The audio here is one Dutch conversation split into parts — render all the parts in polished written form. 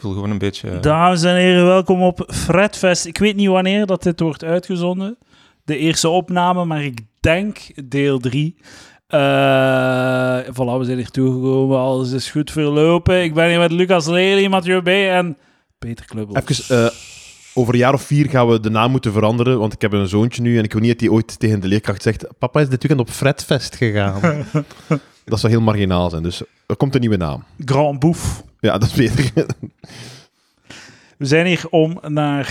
wil gewoon een beetje... Dames en heren, welkom op Fredfest. Ik weet niet wanneer dat dit wordt uitgezonden. De eerste opname, maar ik denk deel 3. Voilà, we zijn hier toegekomen. Alles is goed verlopen. Ik ben hier met Lucas Lely, Mathieu B. en Peter Klubbels. Even, over een jaar of 4 gaan we de naam moeten veranderen, want ik heb een zoontje nu en ik wil niet dat hij ooit tegen de leerkracht zegt: papa is dit weekend op Fredfest gegaan. Dat zou heel marginaal zijn, dus er komt een nieuwe naam. Grand Boef. Ja, dat is beter. We zijn hier om naar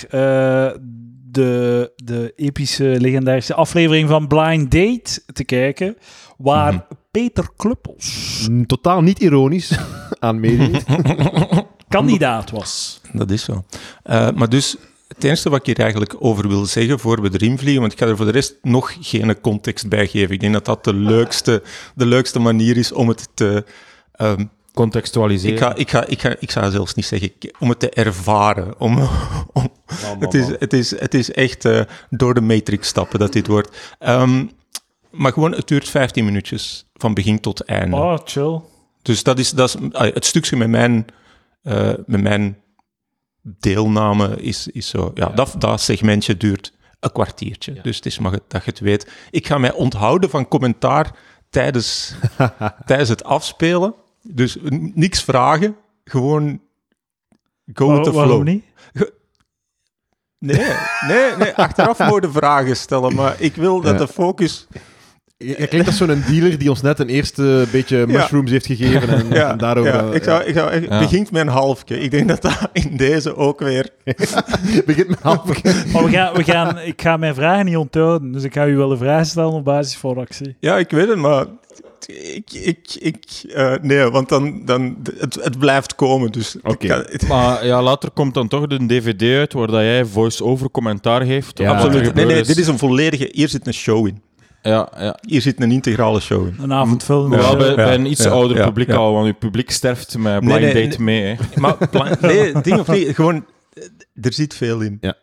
de epische, legendarische aflevering van Blind Date te kijken, waar Peter Klubbels Totaal niet ironisch aan meedeed. kandidaat was. Dat is zo. Maar dus, het enige wat ik hier eigenlijk over wil zeggen voor we erin vliegen, want ik ga er voor de rest nog geen context bij geven. Ik denk dat dat de leukste manier is om het te... contextualiseren. Ik ga zelfs niet zeggen, om het te ervaren. Het is echt door de matrix stappen dat dit wordt. Maar gewoon, het duurt 15 minuutjes, van begin tot einde. Oh, chill. Dus dat is het stukje met mijn deelname is zo... Ja, dat segmentje duurt een kwartiertje. Ja. Dus het is maar dat je het weet. Ik ga mij onthouden van commentaar tijdens het afspelen. Dus niks vragen, gewoon go with the flow. Waarom niet? Nee, achteraf mogen vragen stellen, maar ik wil dat de focus... Je klinkt als zo'n dealer die ons net een eerste beetje mushrooms heeft gegeven en daarover... Ik begint met een halfje. Ik denk dat in deze ook weer... begint met een halfje. Maar ik ga mijn vragen niet onthouden, dus ik ga u wel een vraag stellen op basis van actie. Ja, ik weet het, maar... nee, want dan het blijft komen, dus... Okay. Maar ja, later komt dan toch de DVD uit waar dat jij voice-over commentaar geeft. Ja, absoluut. Nee, dit is een volledige... Hier zit een show in. Ja. Hier zit een integrale show in. Een avondfilm. Ja, bij een iets ouder publiek ja. al, want je publiek sterft met Blind Date mee. Hè. Maar ding of niet, gewoon... Er zit veel in. Ja.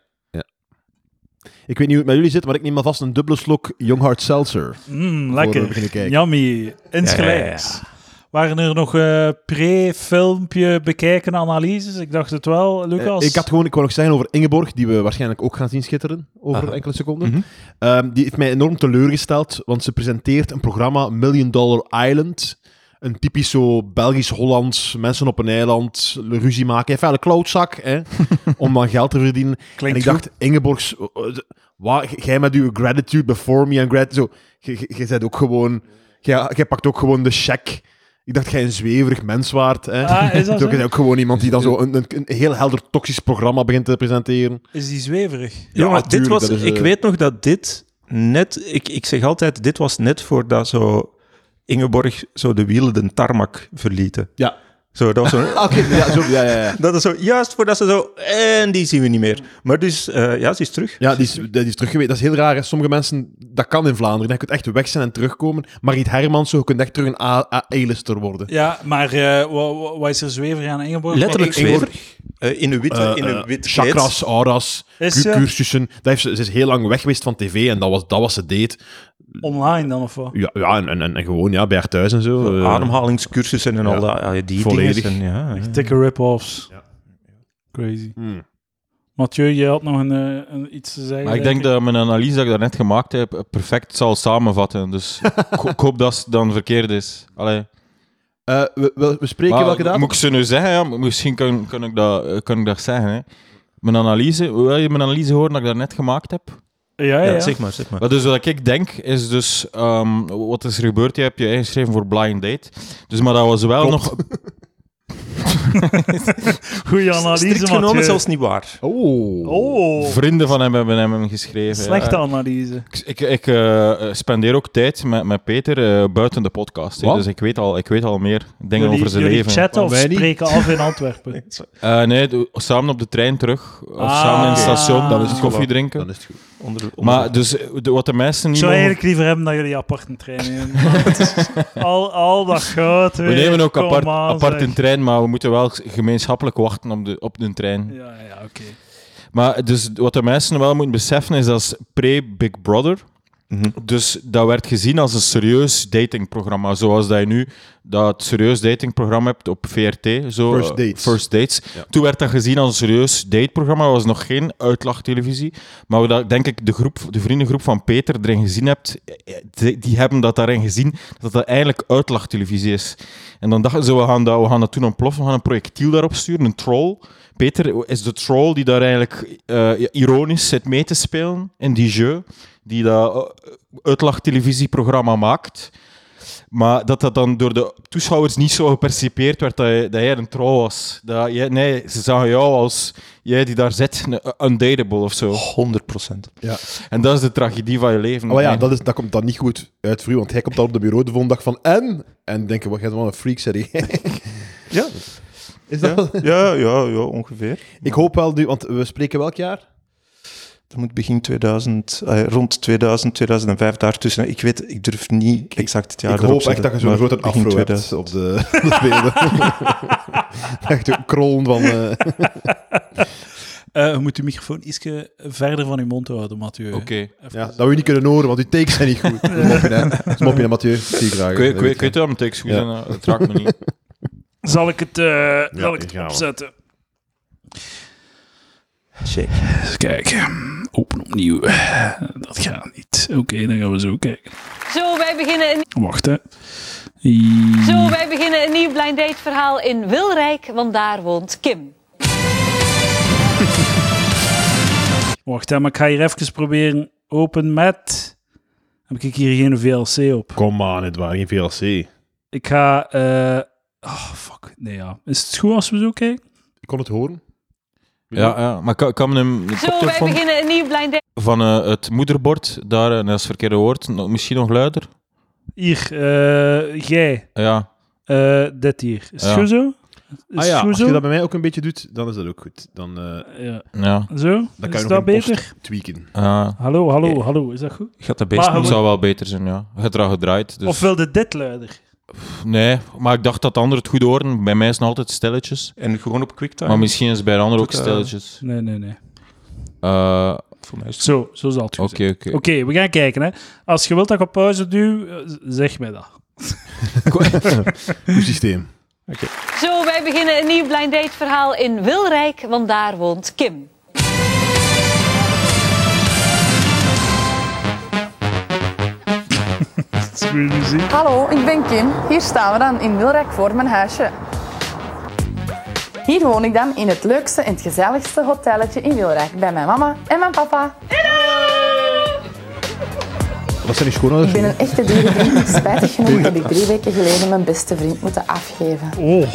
Ik weet niet hoe het met jullie zit, maar ik neem alvast een dubbele slok Young Hard Seltzer. Lekker. Yummy. Insgelijks. Ja. Waren er nog pre-filmpje bekijken analyses? Ik dacht het wel, Lucas. Ik wou nog zeggen over Ingeborg, die we waarschijnlijk ook gaan zien schitteren over enkele seconden. Mm-hmm. Die heeft mij enorm teleurgesteld, want ze presenteert een programma Million Dollar Island. Een typisch zo Belgisch-Hollands, mensen op een eiland, ruzie maken. Even een klootzak, hè, om dan geld te verdienen. Klinkt en ik dacht, Ingeborg, jij met uw gratitude before me en gratitude, jij bent ook gewoon... Jij pakt ook gewoon de check. Ik dacht, jij een zweverig mens waard. Hè. Is dat zo? Jij ook gewoon iemand die dan zo een heel helder toxisch programma begint te presenteren. Is die zweverig? Ja, maar tuurlijk, dit was... Ik weet nog dat dit net... Ik zeg altijd, dit was net voordat zo... Ingeborg zo de wielen de tarmac verlieten. Ja. Zo, dat was zo... ja. Dat is zo, juist voordat ze zo... En die zien we niet meer. Maar dus, ze is terug. Ja, die is terug geweest. Dat is heel raar. Hè. Sommige mensen... Dat kan in Vlaanderen. Je kunt echt weg zijn en terugkomen. Mariet Hermans, je kunt echt terug een A-lister worden. Ja, maar wat is er zweverig aan Ingeborg? Letterlijk zweverig. In een wit chakras, auras, cursussen. Ze is heel lang weg geweest van tv en dat was wat ze deed. Online dan, of wat? Ja, en gewoon bij haar thuis en zo. Ademhalingscursussen en al dat. Die volledig. dingen. Echt dikke rip-offs. Ja. Crazy. Mathieu, jij had nog iets te zeggen. Maar ik denk dat mijn analyse dat ik daarnet gemaakt heb perfect zal samenvatten. Dus ik hoop dat het dan verkeerd is. Allee. We spreken maar, welke datum? Moet ik ze nu zeggen? Ja? Misschien kan ik dat zeggen. Hè? Mijn analyse, wil je mijn analyse horen dat ik daarnet gemaakt heb? Ja. Zeg maar. Maar dus wat ik denk, is dus... wat is er gebeurd? Je hebt je ingeschreven voor Blind Date. Dus, maar dat was wel nog... Goeie analyse, strikt genomen zelfs niet waar. Oh. Vrienden van hem hebben hem geschreven. Slechte analyse. Ik spendeer ook tijd met Peter buiten de podcast. Dus ik weet al meer dingen over zijn leven. Chatten of spreken af in Antwerpen? Nee, samen op de trein terug. Of samen in het station. Dan is het koffie drinken. Dan is het goed. Maar dus wat de mensen niet... Ik zou eigenlijk liever hebben dat jullie apart een trein nemen. al dat goud. We nemen ook apart een trein, maar we moeten wel gemeenschappelijk wachten op de trein. Ja, oké. Maar dus wat de mensen wel moeten beseffen is dat pre-Big Brother. Dus dat werd gezien als een serieus datingprogramma. Zoals dat je nu dat serieus datingprogramma hebt op VRT. Zo, First Dates. Ja. Toen werd dat gezien als een serieus dateprogramma. Dat was nog geen uitlachtelevisie. Maar dat, denk ik, de vriendengroep van Peter erin gezien hebt, die hebben dat daarin gezien, dat dat eigenlijk uitlachttelevisie is. En dan dachten ze, we gaan dat toen ontploffen, we gaan een projectiel daarop sturen, een troll. Peter is de troll die daar eigenlijk ironisch zit mee te spelen in die jeu, die dat uitlachtelevisieprogramma maakt. Maar dat dan door de toeschouwers niet zo gepercipeerd werd dat jij een troll was. Nee, ze zagen jou als jij die daar zit, undateable of zo. 100%. Ja. En dat is de tragedie van je leven. Oh ja, dat komt dan niet goed uit voor u, want hij komt dan op de bureau de volgende dag van en denken, wat jij wel een freak, zeg ik. Ja. Is dat ja, ongeveer. Ik hoop wel, want we spreken welk jaar? Dat moet begin 2000, rond 2000, 2005, daartussen. Ik durf niet exact het jaar Ik hoop echt dat je zo'n grote afro hebt op de beelden. Echt een krollen van... Je moet je microfoon ietsje verder van je mond houden, Mathieu. Oké. Ja, dat we niet kunnen horen, want die takes zijn niet goed. Smop je, Mathieu. Zie je graag. Ik weet wel, mijn takes goed zijn. Dat raakt me niet. Zal ik het opzetten? Check. Eens kijken. Open opnieuw. Dat gaat niet. Oké, dan gaan we zo kijken. Zo, wij beginnen Wacht, hè. wij beginnen een nieuw blind date verhaal in Wilrijk, want daar woont Kim. Wacht, hè, maar ik ga hier even proberen. Open met... Heb ik hier geen VLC op? Kom aan, het waren geen VLC. Ik ga... fuck. Nee, ja. Is het goed als we zo kijken? Ik kon het horen. Ja, maar kan me een Zo, wij beginnen een nieuw blind date. Van het moederbord, daar, en dat is het verkeerde woord, misschien nog luider? Hier, jij. Ja. Dit hier. Is het goed zo? Als je dat bij mij ook een beetje doet, dan is dat ook goed. Dan, ja. Zo? Dan kan is je dat nog beter? Tweaken. Hallo. Is dat goed? Gaat dat best Het zou wel beter zijn, ja. Je hebt er al gedraaid. Dus... Of wilde dit luider? Nee, maar ik dacht dat de anderen het goed horen. Bij mij is het altijd stilletjes. En gewoon op QuickTime? Maar misschien is het bij de anderen ook stilletjes. Nee. Voor mij is het... Zo zal het goed zijn. Oké, we gaan kijken. Hè. Als je wilt dat ik op pauze duw, zeg mij dat. Goed systeem. Okay. Zo, wij beginnen een nieuw blind date verhaal in Wilrijk, want daar woont Kim. Hallo, ik ben Kim. Hier staan we dan in Wilrijk voor mijn huisje. Hier woon ik dan in het leukste en het gezelligste hotelletje in Wilrijk bij mijn mama en mijn papa. Wat zijn die schoonouders? Ik ben een echte dierenvriend. Spijtig genoeg heb ik 3 weken geleden mijn beste vriend moeten afgeven. Oh.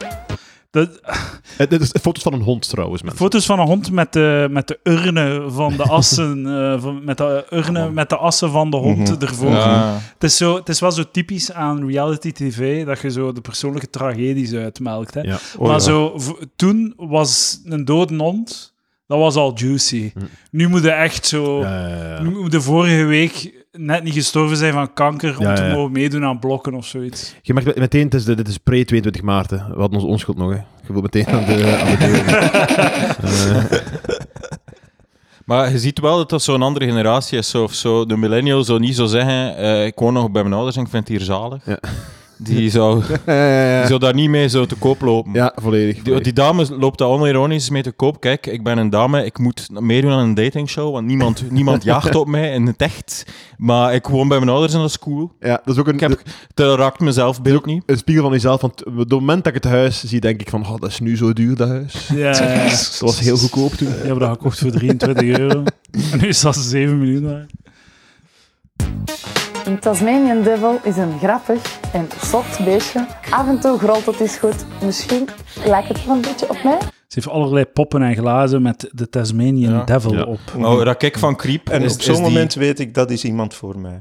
Dit is foto's van een hond trouwens, mensen. Foto's van een hond met de urnen van de assen, met de assen van de hond ervoor. Ja. Het is wel zo typisch aan reality tv, dat je zo de persoonlijke tragedies uitmelkt. Hè. Ja. Maar zo, toen was een dode hond, dat was al juicy. Nu moet je echt zo... Nu moet je vorige week net niet gestorven zijn van kanker om te mogen meedoen aan blokken of zoiets. Je merkt meteen, dit is pre-22 maart. Hè. We hadden onze onschuld nog. Hè. Je wilt meteen aan de deur. Maar je ziet wel dat dat zo'n andere generatie is. Zo, de millennial zou niet zo zeggen, ik woon nog bij mijn ouders en ik vind het hier zalig. Ja. Die zou daar niet mee zo te koop lopen. Ja, volledig. Die dame loopt daar onironisch mee te koop. Kijk, ik ben een dame, ik moet meedoen aan een datingshow, want niemand jaagt op mij in het echt. Maar ik woon bij mijn ouders en dat is cool. Ja, dat is ook dat raakt mezelf beeld niet. Een spiegel van jezelf, want op het moment dat ik het huis zie, denk ik van, dat is nu zo duur, dat huis. Ja. Dat was heel goedkoop toen. Die hebben dat gekocht voor €23. En nu is dat 7 miljoen waard. Een Tasmanian Devil is een grappig en zot beestje. Af en toe grolt het eens goed. Misschien lijkt het wel een beetje op mij. Ze heeft allerlei poppen en glazen met de Tasmanian Devil op. Oh, dat kijk van Creep. En op zo'n moment weet ik, dat is iemand voor mij.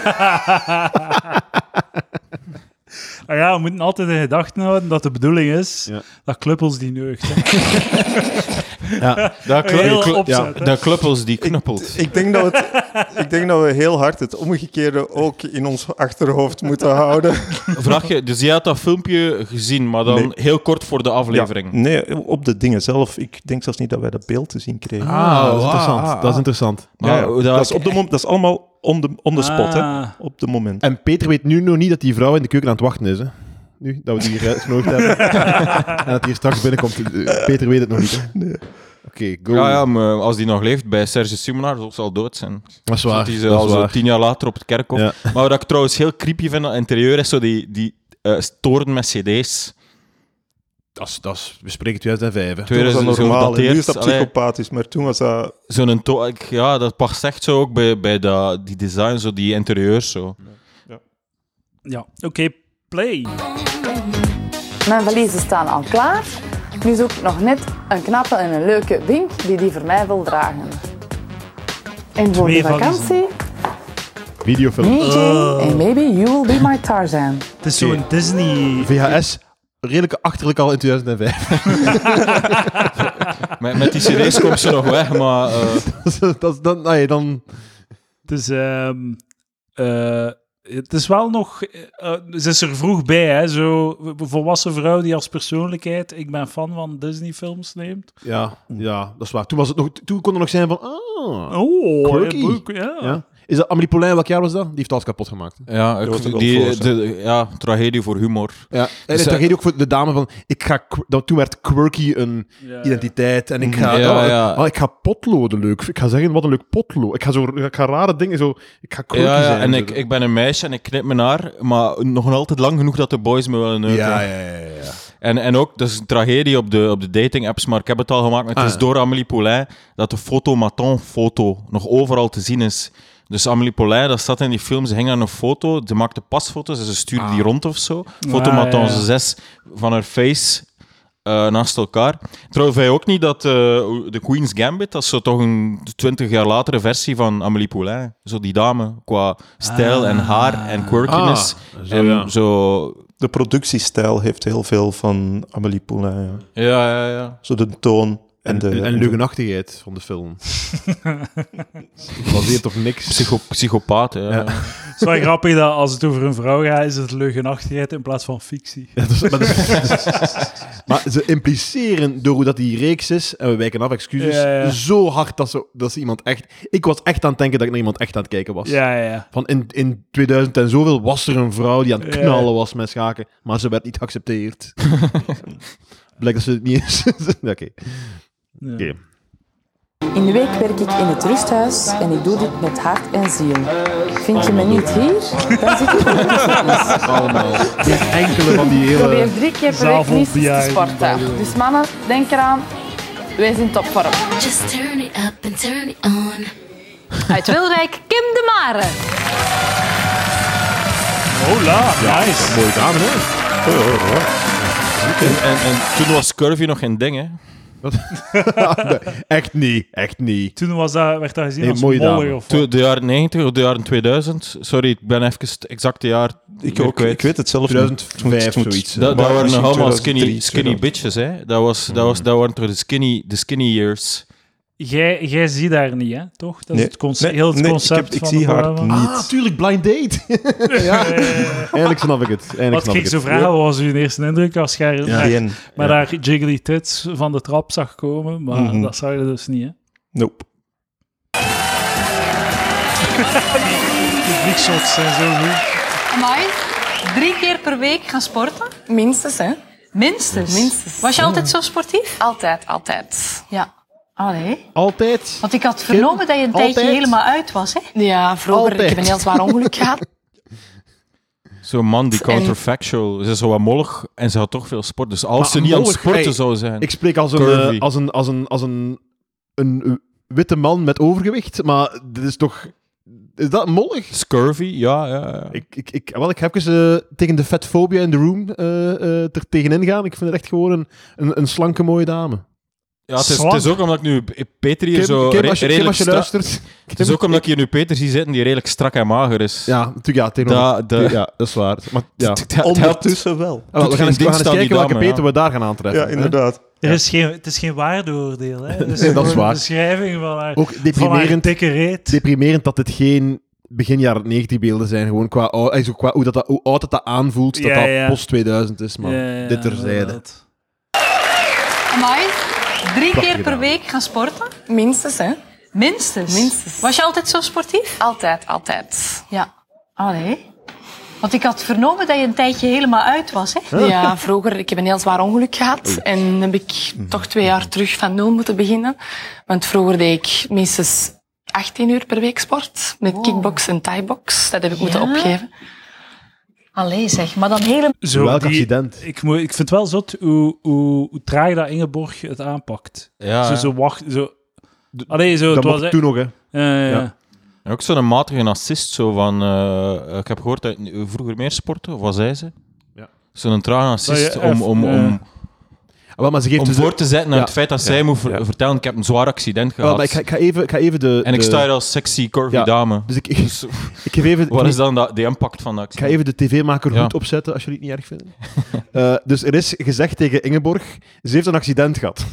We moeten altijd in gedachten houden dat de bedoeling is dat Kluppels die neugt. Dat Kluppels die knuppelt. Ik denk dat Ik denk dat we heel hard het omgekeerde ook in ons achterhoofd moeten houden. Vraag je, dus jij had dat filmpje gezien, maar dan heel kort voor de aflevering? Ja, nee, op de dingen zelf. Ik denk zelfs niet dat wij dat beeld te zien kregen. Dat is interessant. Dat is interessant. Dat is allemaal on the spot, hè, op de moment. En Peter weet nu nog niet dat die vrouw in de keuken aan het wachten is, hè? Nu, dat we die hier uitgenodigd hebben. En dat die hier straks binnenkomt. Peter weet het nog niet, hè? Nee. Oké, go. Ja, maar als die nog leeft bij Serge Simonaar, zal ze al dood zijn. Dat is waar. Die is al zo 10 jaar later op het kerkhof. Ja. Maar wat ik trouwens heel creepy vind aan het interieur is zo die toren met cd's. We spreken 2005. Toen was dat normaal. Nu is dat psychopathisch, maar toen was dat... Dat past echt zo ook bij die design, zo die interieurs. Zo. Ja, oké, play. Mijn valiezen staan al klaar. Nu zoek ik nog net een knappe en een leuke wink die voor mij wil dragen. En voor de vakantie... Videofilm. Me, Jane, and maybe you will be my Tarzan. Het is zo'n Disney... VHS, redelijk achterlijk al in 2005. Met die cd's komt ze nog weg, maar... Het is wel nog... ze is er vroeg bij, hè. Zo een volwassen vrouw die als persoonlijkheid... Ik ben fan van Disney-films neemt. Ja, dat is waar. Toen kon er nog zijn van... quirky. Ja. Is dat Amélie Poulain? Welk jaar was dat? Die heeft alles kapot gemaakt. Ja, tragedie voor humor. Ja, en de tragedie ook voor de dame van... Toen werd quirky een identiteit. En ik ga potloden leuk. Ik ga zeggen, wat een leuk potlood. Ik ga rare dingen zo... Ik ga quirky zijn. En ik ben een meisje en ik knip mijn haar, maar nog altijd lang genoeg dat de boys me willen neuken. Ja. En ook, dat is een tragedie op de dating-apps, maar ik heb het al gemaakt. Maar het is door Amélie Poulain dat de foto nog overal te zien is. Dus Amélie Poulain, dat staat in die film, ze hing aan een foto, ze maakte pasfoto's en ze stuurde die rond of zo. Fotomaton 6 van haar face naast elkaar. Trouwens, wij ook niet dat de Queen's Gambit, dat is zo toch een 20 jaar latere versie van Amélie Poulain. Zo die dame, qua stijl en haar en quirkiness. Zo. De productiestijl heeft heel veel van Amélie Poulain. Ja. Zo de toon. En leugenachtigheid van de film. Baseert op niks. Psychopaat, ja. Het is wel grappig dat als het over een vrouw gaat, is het leugenachtigheid in plaats van fictie. Ja, maar ze impliceren, door hoe dat die reeks is, en we wijken af, excuses, zo hard dat ze iemand echt... Ik was echt aan het denken dat ik naar iemand echt aan het kijken was. Ja. Van in 2000 en zoveel was er een vrouw die aan het knallen was met schaken, maar ze werd niet geaccepteerd. Blijkt dat ze het niet is. Oké. In de week werk ik in het rusthuis en ik doe dit met hart en ziel. Vind je me niet hier, dan zit ik in de fitness. Allemaal. Geen enkele van die hele... Probeer 3 keer per week minstens te sporten. Dus mannen, denk eraan, wij zijn topvorm. Just turn it up and turn it on. Uit Wilrijk, Kim de Mare. Hola, nice. Mooie dame, hè? En toen was Scurvy nog geen ding, hè? Nee, echt niet. Toen werd dat gezien als mooie mollig dame. of wat? De jaren 90 of de jaren 2000. Sorry, ik ben even het exacte jaar. Ik weet het zelf 2005 zoiets. Dat waren nog allemaal skinny bitches, hè? Dat waren toch de skinny years. Jij ziet daar niet, hè? Toch? Dat is het concept ik van zie haar niet. Tuurlijk, blind date. Eigenlijk snap ik het. Wat ik zo vragen, wat was uw eerste indruk als jij maar daar jiggly tits van de trap zag komen? Maar dat zag je dus niet, hè? Nope. Die bliksots zijn zo goed. Amai, 3 keer per week gaan sporten? Minstens, hè? Minstens. Was je altijd zo sportief? Altijd. Ja. Allee. Altijd. Want ik had vernomen dat je een tijdje helemaal uit was, hè? Ja, vroeger. Ik heb een heel zwaar ongeluk gehad. Zo'n man die counterfactual. Ze is zo wat mollig en ze had toch veel sport. Dus als ze niet aan het sporten zou zijn... Ik spreek als een witte man met overgewicht, maar dit is toch... Is dat mollig? Scurvy, ja. Ik heb even tegen de fatphobia in the room er tegenin gaan. Ik vind het echt gewoon een slanke, mooie dame. Ja, het is ook omdat ik nu Peter hier zo redelijk als je luistert. Het is ook omdat ik hier nu Peter zie zitten die redelijk strak en mager is. Ja, natuurlijk. Ja, dat is waar. Maar, ja. Ondertussen wel. We gaan eens kijken welke Peter we daar gaan aantreffen. Ja, inderdaad. Het is geen waardeoordeel. Hè? Het is Nee, dat is waar. een beschrijving van haar, Ook van haar dikke reet. Deprimerend dat dit geen begin jaren 90 beelden zijn. Gewoon qua hoe oud het dat aanvoelt, dat dat post 2000 is. Maar dit terzijde. Amai, 3 keer per week gaan sporten? Minstens, hè? Minstens. Was je altijd zo sportief? Altijd. Ja. Allee. Want ik had vernomen dat je een tijdje helemaal uit was, hè? Ja, vroeger. Ik heb een heel zwaar ongeluk gehad. En heb ik toch 2 jaar terug van 0 moeten beginnen. Want vroeger deed ik minstens 18 uur per week sport. Met kickbox en thaibox. Dat heb ik moeten opgeven. Allee zeg, maar dan helemaal... Welk accident? Ik vind wel zot hoe traag dat Ingeborg het aanpakt. Ja, Zo wacht... Zo, dat mocht toen nog, hè. Ja. En ook zo'n matige assist, zo van... ik heb gehoord dat je vroeger meer sporten, of wat zei ze? Ja. Zo'n trage assist Maar ze geeft om dus voor te zetten naar het feit dat zij moet vertellen, ik heb een zwaar accident gehad. Maar ik ga even de... En ik sta hier als sexy, curvy dame. Dus ik geef even... Wat is dan de impact van dat accident? Ik ga even de tv-maker goed opzetten, als jullie het niet erg vinden. Dus er is gezegd tegen Ingeborg, ze heeft een accident gehad.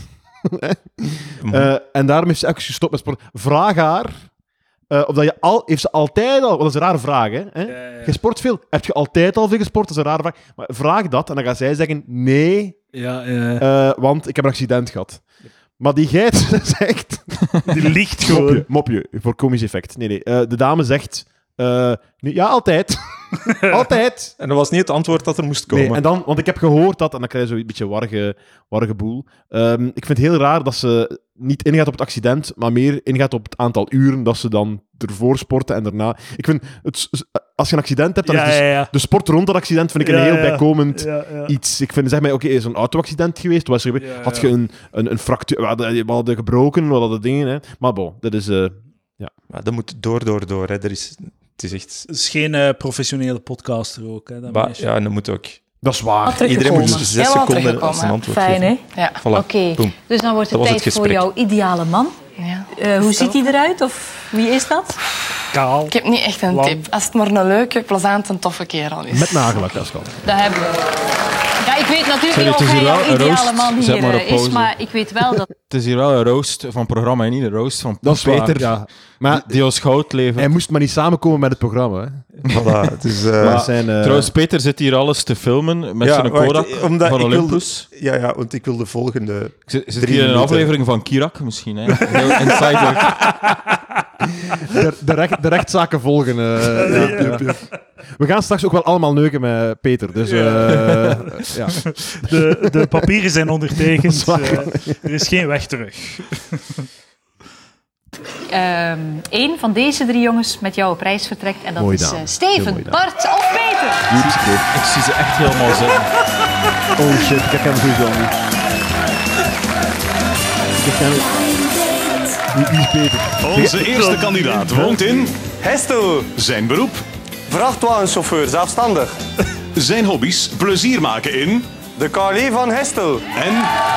En daarom heeft ze even gestopt met sport. Vraag haar... of dat heeft ze altijd al... Want dat is een rare vraag, hè? Je sport veel. Heb je altijd al veel gesport? Dat is een rare vraag. Maar vraag dat en dan gaat zij zeggen... Nee, want ik heb een accident gehad. Maar die geit zegt... Die liegt gewoon. Mopje, voor komisch effect. Nee. De dame zegt... nee, ja, altijd. Altijd. En dat was niet het antwoord dat er moest komen. Nee, en dan, want ik heb gehoord dat... En dan krijg je zo'n beetje warrige boel. Ik vind het heel raar dat ze niet ingaat op het accident, maar meer ingaat op het aantal uren dat ze dan ervoor sporten en daarna. Ik vind, als je een accident hebt, dan is de sport rond dat accident vind ik een heel bijkomend iets. Ik vind, zeg maar, oké, is een auto-accident geweest? Had je een fractuur? We hadden gebroken, we hadden dingen, hè. Maar bon, dat is... Maar dat moet door. Hè. Het is geen professionele podcaster ook. Hè, en dat moet ook... Dat is waar. Iedereen moet dus 6 seconden als een antwoord Fijn, geven. hè? Ja. Voilà. Oké. Dus dan wordt het tijd voor jouw ideale man. Ja. Hoe ziet hij eruit? Of wie is dat? Kaal. Ik heb niet echt een tip. Als het maar een leuke, plezante en toffe kerel is. Met nagellak, als kan. Dat hebben we. Ja, ik weet natuurlijk niet of hij jouw ideale man hier is, maar ik weet wel dat... Het is hier wel een roast van het programma en niet een roast van Peter. Ja. Maar die ons goud levert. Hij moest maar niet samenkomen met het programma. Hè. Voilà, het is, trouwens, Peter zit hier alles te filmen met zijn Kodak van Olympus. Want ik wil de volgende... Zit hier een aflevering van Kirak misschien, hè? Insider. De rechtszaken volgen. We gaan straks ook wel allemaal neuken met Peter. Dus, ja. De papieren zijn ondertekend. Er is geen weg terug. Eén van deze 3 jongens met jou op reis vertrekt. En dat is Steven, Bart of Peter. Ik zie ze echt helemaal zitten. Oh shit, ik heb hem sowieso niet. Wie is Peter? Onze eerste kandidaat woont in... Hestel. Zijn beroep? Vrachtwagenchauffeur, zelfstandig. Zijn hobby's? Plezier maken in... De Carlé van Hestel. En...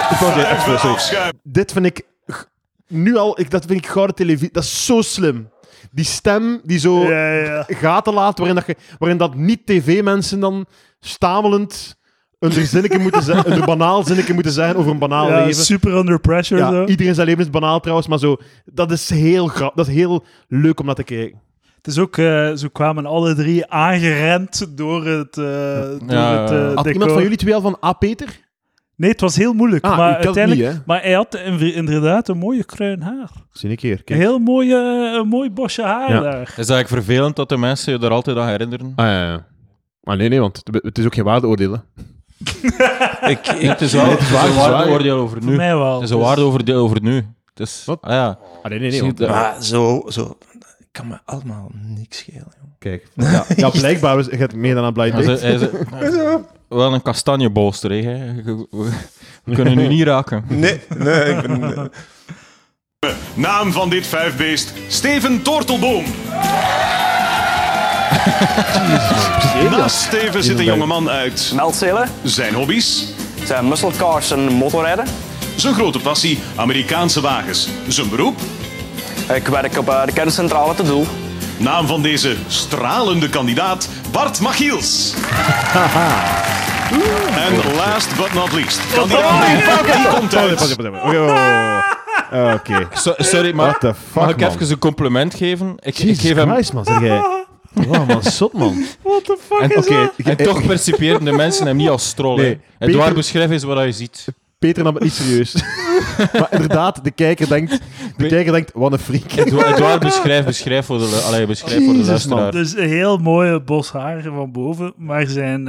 Dit vind ik... Nu al, dat vind ik gouden televisie. Dat is zo slim. Die stem die zo gaten laat, waarin dat niet-tv-mensen dan stamelend een banaal zinnetje moeten zeggen over een banaal leven. Super under pressure. Ja, zo. iedereen zijn leven is banaal trouwens, maar zo, dat is heel leuk om naar te kijken. Het is ook, zo kwamen alle 3 aangerend door het Had iemand van jullie 2 al van Peter? Nee, het was heel moeilijk. Maar uiteindelijk... Niet, maar hij had inderdaad een mooie kruin haar. Zie een keer. Een heel mooi bosje haar daar. Is het eigenlijk vervelend dat de mensen je er altijd aan herinneren? Maar nee, want het is ook geen waardeoordeel. Het is wel een waardeoordeel over nu. Mij wel. Het is een waardeoordeel over nu. Dus, wat? Nee. Maar zo... kan me allemaal niks schelen. Kijk. Ja, blijkbaar is het meer dan een blind date. Wel een kastanjebolster, hè. We kunnen nu niet raken. Nee, ik ben... Naam van dit 5-beest, Steven Tortelboom. Naast Steven zit een jongeman uit... Meldzelen. Zijn hobby's? Zijn muscle cars en motorrijden. Zijn grote passie, Amerikaanse wagens. Zijn beroep? Ik werk op de kerncentrale te Doel. Naam van deze stralende kandidaat, Bart Machiels. En last but not least. Die komt uit. Oké. Sorry, maar mag ik even een compliment geven? Ik geef hem... Christ, man, zeg jij. Wow, man, zot, man. What the fuck en toch percipiëren de mensen hem niet als troll. Nee, Edouard beschrijft is wat je ziet. Peter nam het niet serieus. Maar inderdaad, de kijker denkt wat een freak. Edouard beschrijft voor de luisteraar. Dus een heel mooie bos haar van boven, maar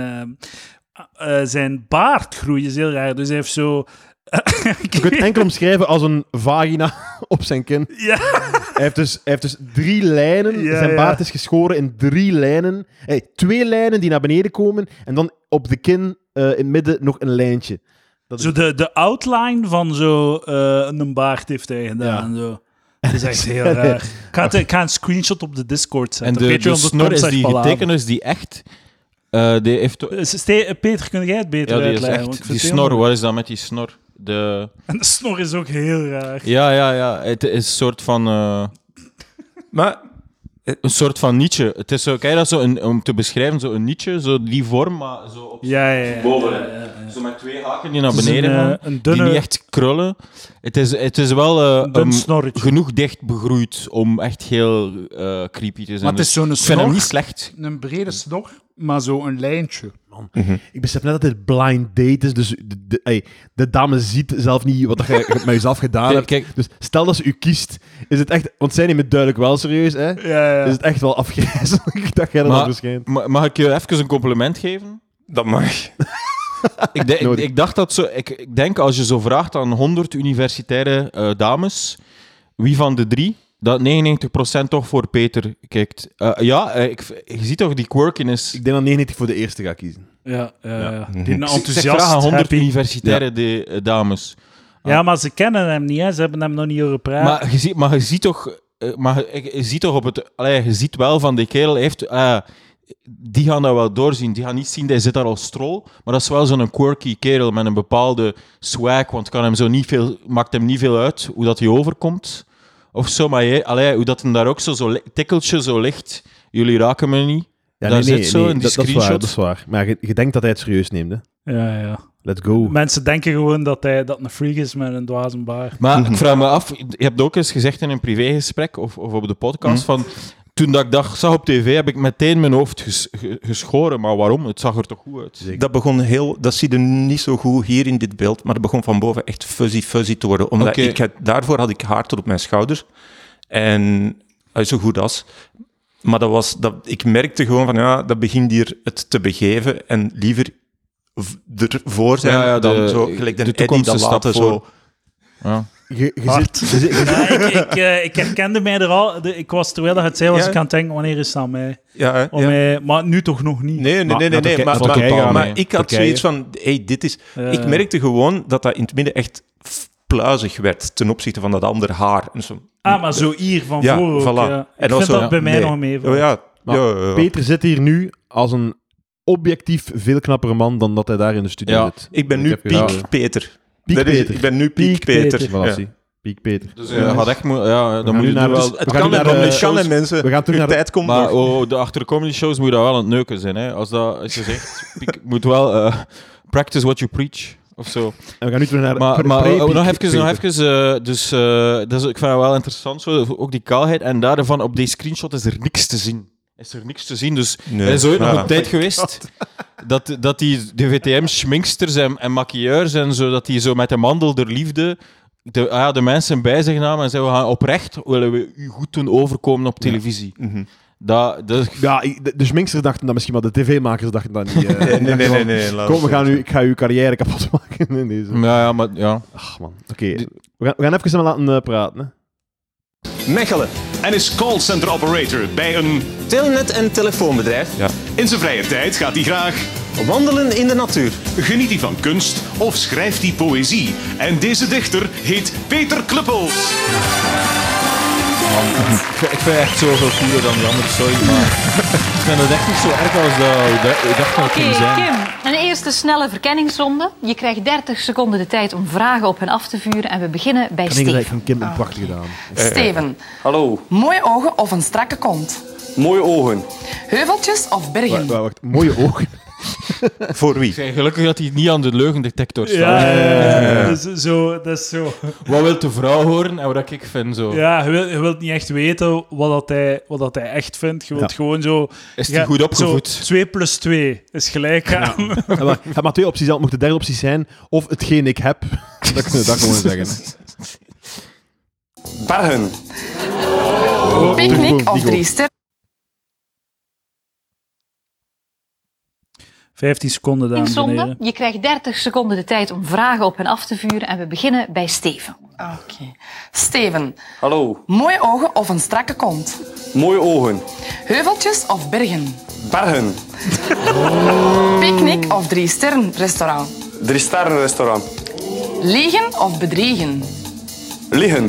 zijn baardgroei is heel raar. Dus hij heeft zo... Je kunt enkel omschrijven als een vagina op zijn kin. Ja. Hij heeft dus 3 lijnen. Zijn baard is geschoren in 3 lijnen. 2 lijnen die naar beneden komen en dan op de kin in het midden nog een lijntje. Dat zo de outline van een baard heeft hij gedaan. Ja. Zo. Dat is echt heel raar. Ik ga een screenshot op de Discord zetten. En de snor is die getekend, is die echt... die heeft Peter, kun jij het beter uitleggen? Die snor, wat is dat met die snor? En de snor is ook heel raar. Ja. Het is een soort van... Maar... Een soort van nietje. Het is zo, kijk dat zo om te beschrijven, zo een nietje, zo die vorm, maar zo op boven. Ja. Zo met 2 haken die naar beneden gaan, die niet echt krullen. Het is wel genoeg dicht begroeid om echt heel creepy te zijn. Maar het is zo'n snor, ik vind hem niet slecht. Een brede snor, maar zo een lijntje. Ik besef net dat dit blind date is, dus de dame ziet zelf niet wat je met jezelf gedaan hebt. Kijk. Dus stel dat ze u kiest, is het echt... Want zij neemt het duidelijk wel serieus, hè? Ja. Is het echt wel afgrijzelijk dat jij dat verschijnt. Mag ik je even een compliment geven? Dat mag. Ik dacht dat zo... Ik denk, als je zo vraagt aan 100 universitaire dames, wie van de 3... dat 99% toch voor Peter kijkt. Je ziet toch die quirkiness. Ik denk dat 99 voor de eerste ga kiezen. Ja. Die enthousiast, ik vraag aan 100 happy. universitaire dames. Ja, maar ze kennen hem niet, hè. Ze hebben hem nog niet horen praten. Maar je ziet toch op het... je ziet wel van die kerel heeft... die gaan dat wel doorzien. Die gaan niet zien, hij zit daar als troll. Maar dat is wel zo'n quirky kerel met een bepaalde swag, want maakt hem niet veel uit hoe dat hij overkomt. Of zo, maar hoe dat hem daar ook zo tikkeltje zo ligt. Jullie raken me niet. Ja, daar zit zo in die screenshot. Dat is waar. Maar je denkt dat hij het serieus neemt, hè? Ja. Let's go. Mensen denken gewoon dat een freak is met een dwaze baard. Maar ik vraag me af, je hebt ook eens gezegd in een privégesprek of op de podcast van... Toen dat ik zag op tv, heb ik meteen mijn hoofd geschoren. Maar waarom? Het zag er toch goed uit? Zeker. Dat zie je niet zo goed hier in dit beeld, maar dat begon van boven echt fuzzy te worden. Omdat daarvoor had ik haar tot op mijn schouders. En zo goed als. Maar ik merkte gewoon van, dat begint hier het te begeven en liever ervoor zijn dan zo gelijk de Eddie dat laten zo... Ja. Ik herkende mij er al. Ik was, terwijl dat het zei, was ik aan het denken, wanneer is het aan mij? Maar nu toch nog niet. Nee. Maar ik had zoiets van, dit is... Ik merkte gewoon dat in het midden echt pluizig werd ten opzichte van dat andere haar. En zo. Maar zo hier van voor ook. Voilà. Ja. Ik vind dat bij mij nog mee. Peter zit hier nu als een objectief veel knappere man dan dat hij daar in de studio zit. Ik ben nu Piek Peter. Ik ben nu Piek Peter. Piek Peter. Dus had echt dan moet je wel... Het kan en mensen. We gaan terug naar tijd komt. Maar achter de comedy shows moet dat wel aan het neuken zijn. Hè? Als je zegt, Piek moet wel practice what you preach. Of zo. En we gaan nu terug naar... Maar nog even. Dus ik vind het wel interessant, zo, ook die kaalheid. En daarvan op deze screenshot is er niks te zien. Dus er is ooit nog een tijd geweest dat die de VTM-schminksters en maquilleurs en zo, dat die zo met de mandel der liefde de mensen bij zich namen en zeiden, we gaan oprecht, willen we u goed doen overkomen op televisie. Ja. Mm-hmm. De schminksters dachten dat misschien, maar de tv-makers dachten dat niet. Nee. Kom, ik ga uw carrière kapot maken in deze. Ja. Ach man, oké. We gaan even laten praten. Hè. Mechelen en is callcenter operator bij een telenet- en telefoonbedrijf. Ja. In zijn vrije tijd gaat hij graag wandelen in de natuur. Geniet hij van kunst of schrijft hij poëzie. En deze dichter heet Peter Kluppels. Ik vind echt zoveel cooler dan die andere, sorry, maar ik vind het echt niet zo erg als ik dacht dat het ging zijn. Kim, een eerste snelle verkenningsronde. Je krijgt 30 seconden de tijd om vragen op hen af te vuren en we beginnen bij Steven. Ik van Kim een prachtig gedaan. Steven. Hallo. Mooie ogen of een strakke kont? Mooie ogen. Heuveltjes of bergen? Wacht. Mooie ogen? Voor wie? Gelukkig dat hij niet aan de leugendetector staat. Ja. Dat is zo. Wat wil de vrouw horen en wat ik vind zo. Ja, je wilt niet echt weten wat dat hij echt vindt. Je wilt gewoon zo... Is hij goed opgevoed? 2 + 2 is gelijk aan. Je hebt maar 2 opties. Dat moet de derde optie zijn. Of hetgeen ik heb. Dat kun je dat gewoon zeggen. Bergen. Picknick of 3 sterren. 15 seconden, dames en heren. Je krijgt 30 seconden de tijd om vragen op hen af te vuren. En we beginnen bij Steven. Oké. Steven. Hallo. Mooie ogen of een strakke kont? Mooie ogen. Heuveltjes of bergen? Bergen. Picknick of 3 sterren restaurant? 3 sterren restaurant. Liegen of bedriegen? Liegen.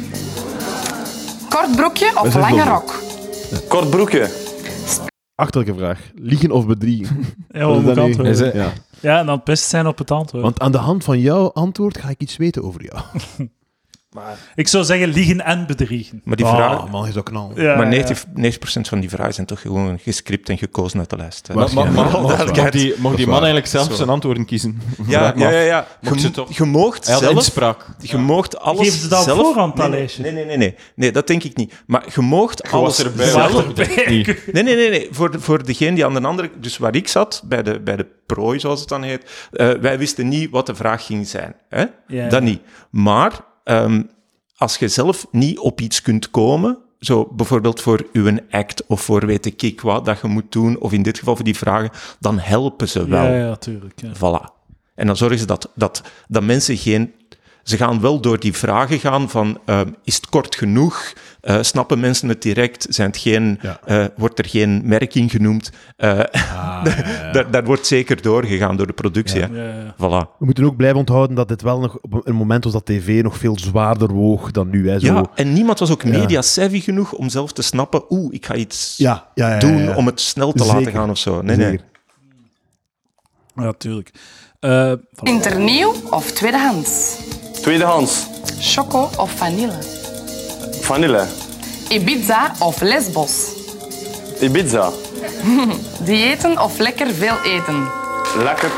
Kort broekje of lange rok? Kort broekje. Achterlijke vraag. Liegen of bedriegen? Ja, wat moet antwoorden? Ja, en dan pist zijn op het antwoord. Want aan de hand van jouw antwoord ga ik iets weten over jou. Ik zou zeggen liegen en bedriegen. Maar die vraag... man, is dat knal. Ja, maar 90% van die vragen zijn toch gewoon gescript en gekozen uit de lijst. Mag die man eigenlijk zelf zijn antwoorden kiezen? Ja. Je moogt zelf... inspraak. Je moogt alles Geef ze dat zelf... voorhand, dat lijstje? Nee, dat denk ik niet. Maar je moogt alles zelf... Nee. Voor degene die aan de andere... Dus waar ik zat, bij de prooi, zoals het dan heet, wij wisten niet wat de vraag ging zijn. Hè? Ja. Dat niet. Maar... als je zelf niet op iets kunt komen, zo bijvoorbeeld voor uw act of voor weet ik wat dat je moet doen, of in dit geval voor die vragen, dan helpen ze wel. Ja, tuurlijk. Ja. Voilà. En dan zorgen ze dat mensen geen... Ze gaan wel door die vragen gaan van, is het kort genoeg? Snappen mensen het direct? Wordt er geen merk in genoemd? Daar wordt zeker doorgegaan door de productie. Ja. Voilà. We moeten ook blijven onthouden dat dit wel nog op een moment was dat tv nog veel zwaarder woog dan nu. Hè, zo. Ja, en niemand was ook media-savvy genoeg om zelf te snappen, ik ga iets doen om het snel te laten gaan of zo. Nee. Ja, tuurlijk. Internieuw of tweedehands? Tweedehands. Choco of vanille? Vanille. Ibiza of Lesbos? Ibiza. Diëten of lekker veel eten? Lekker.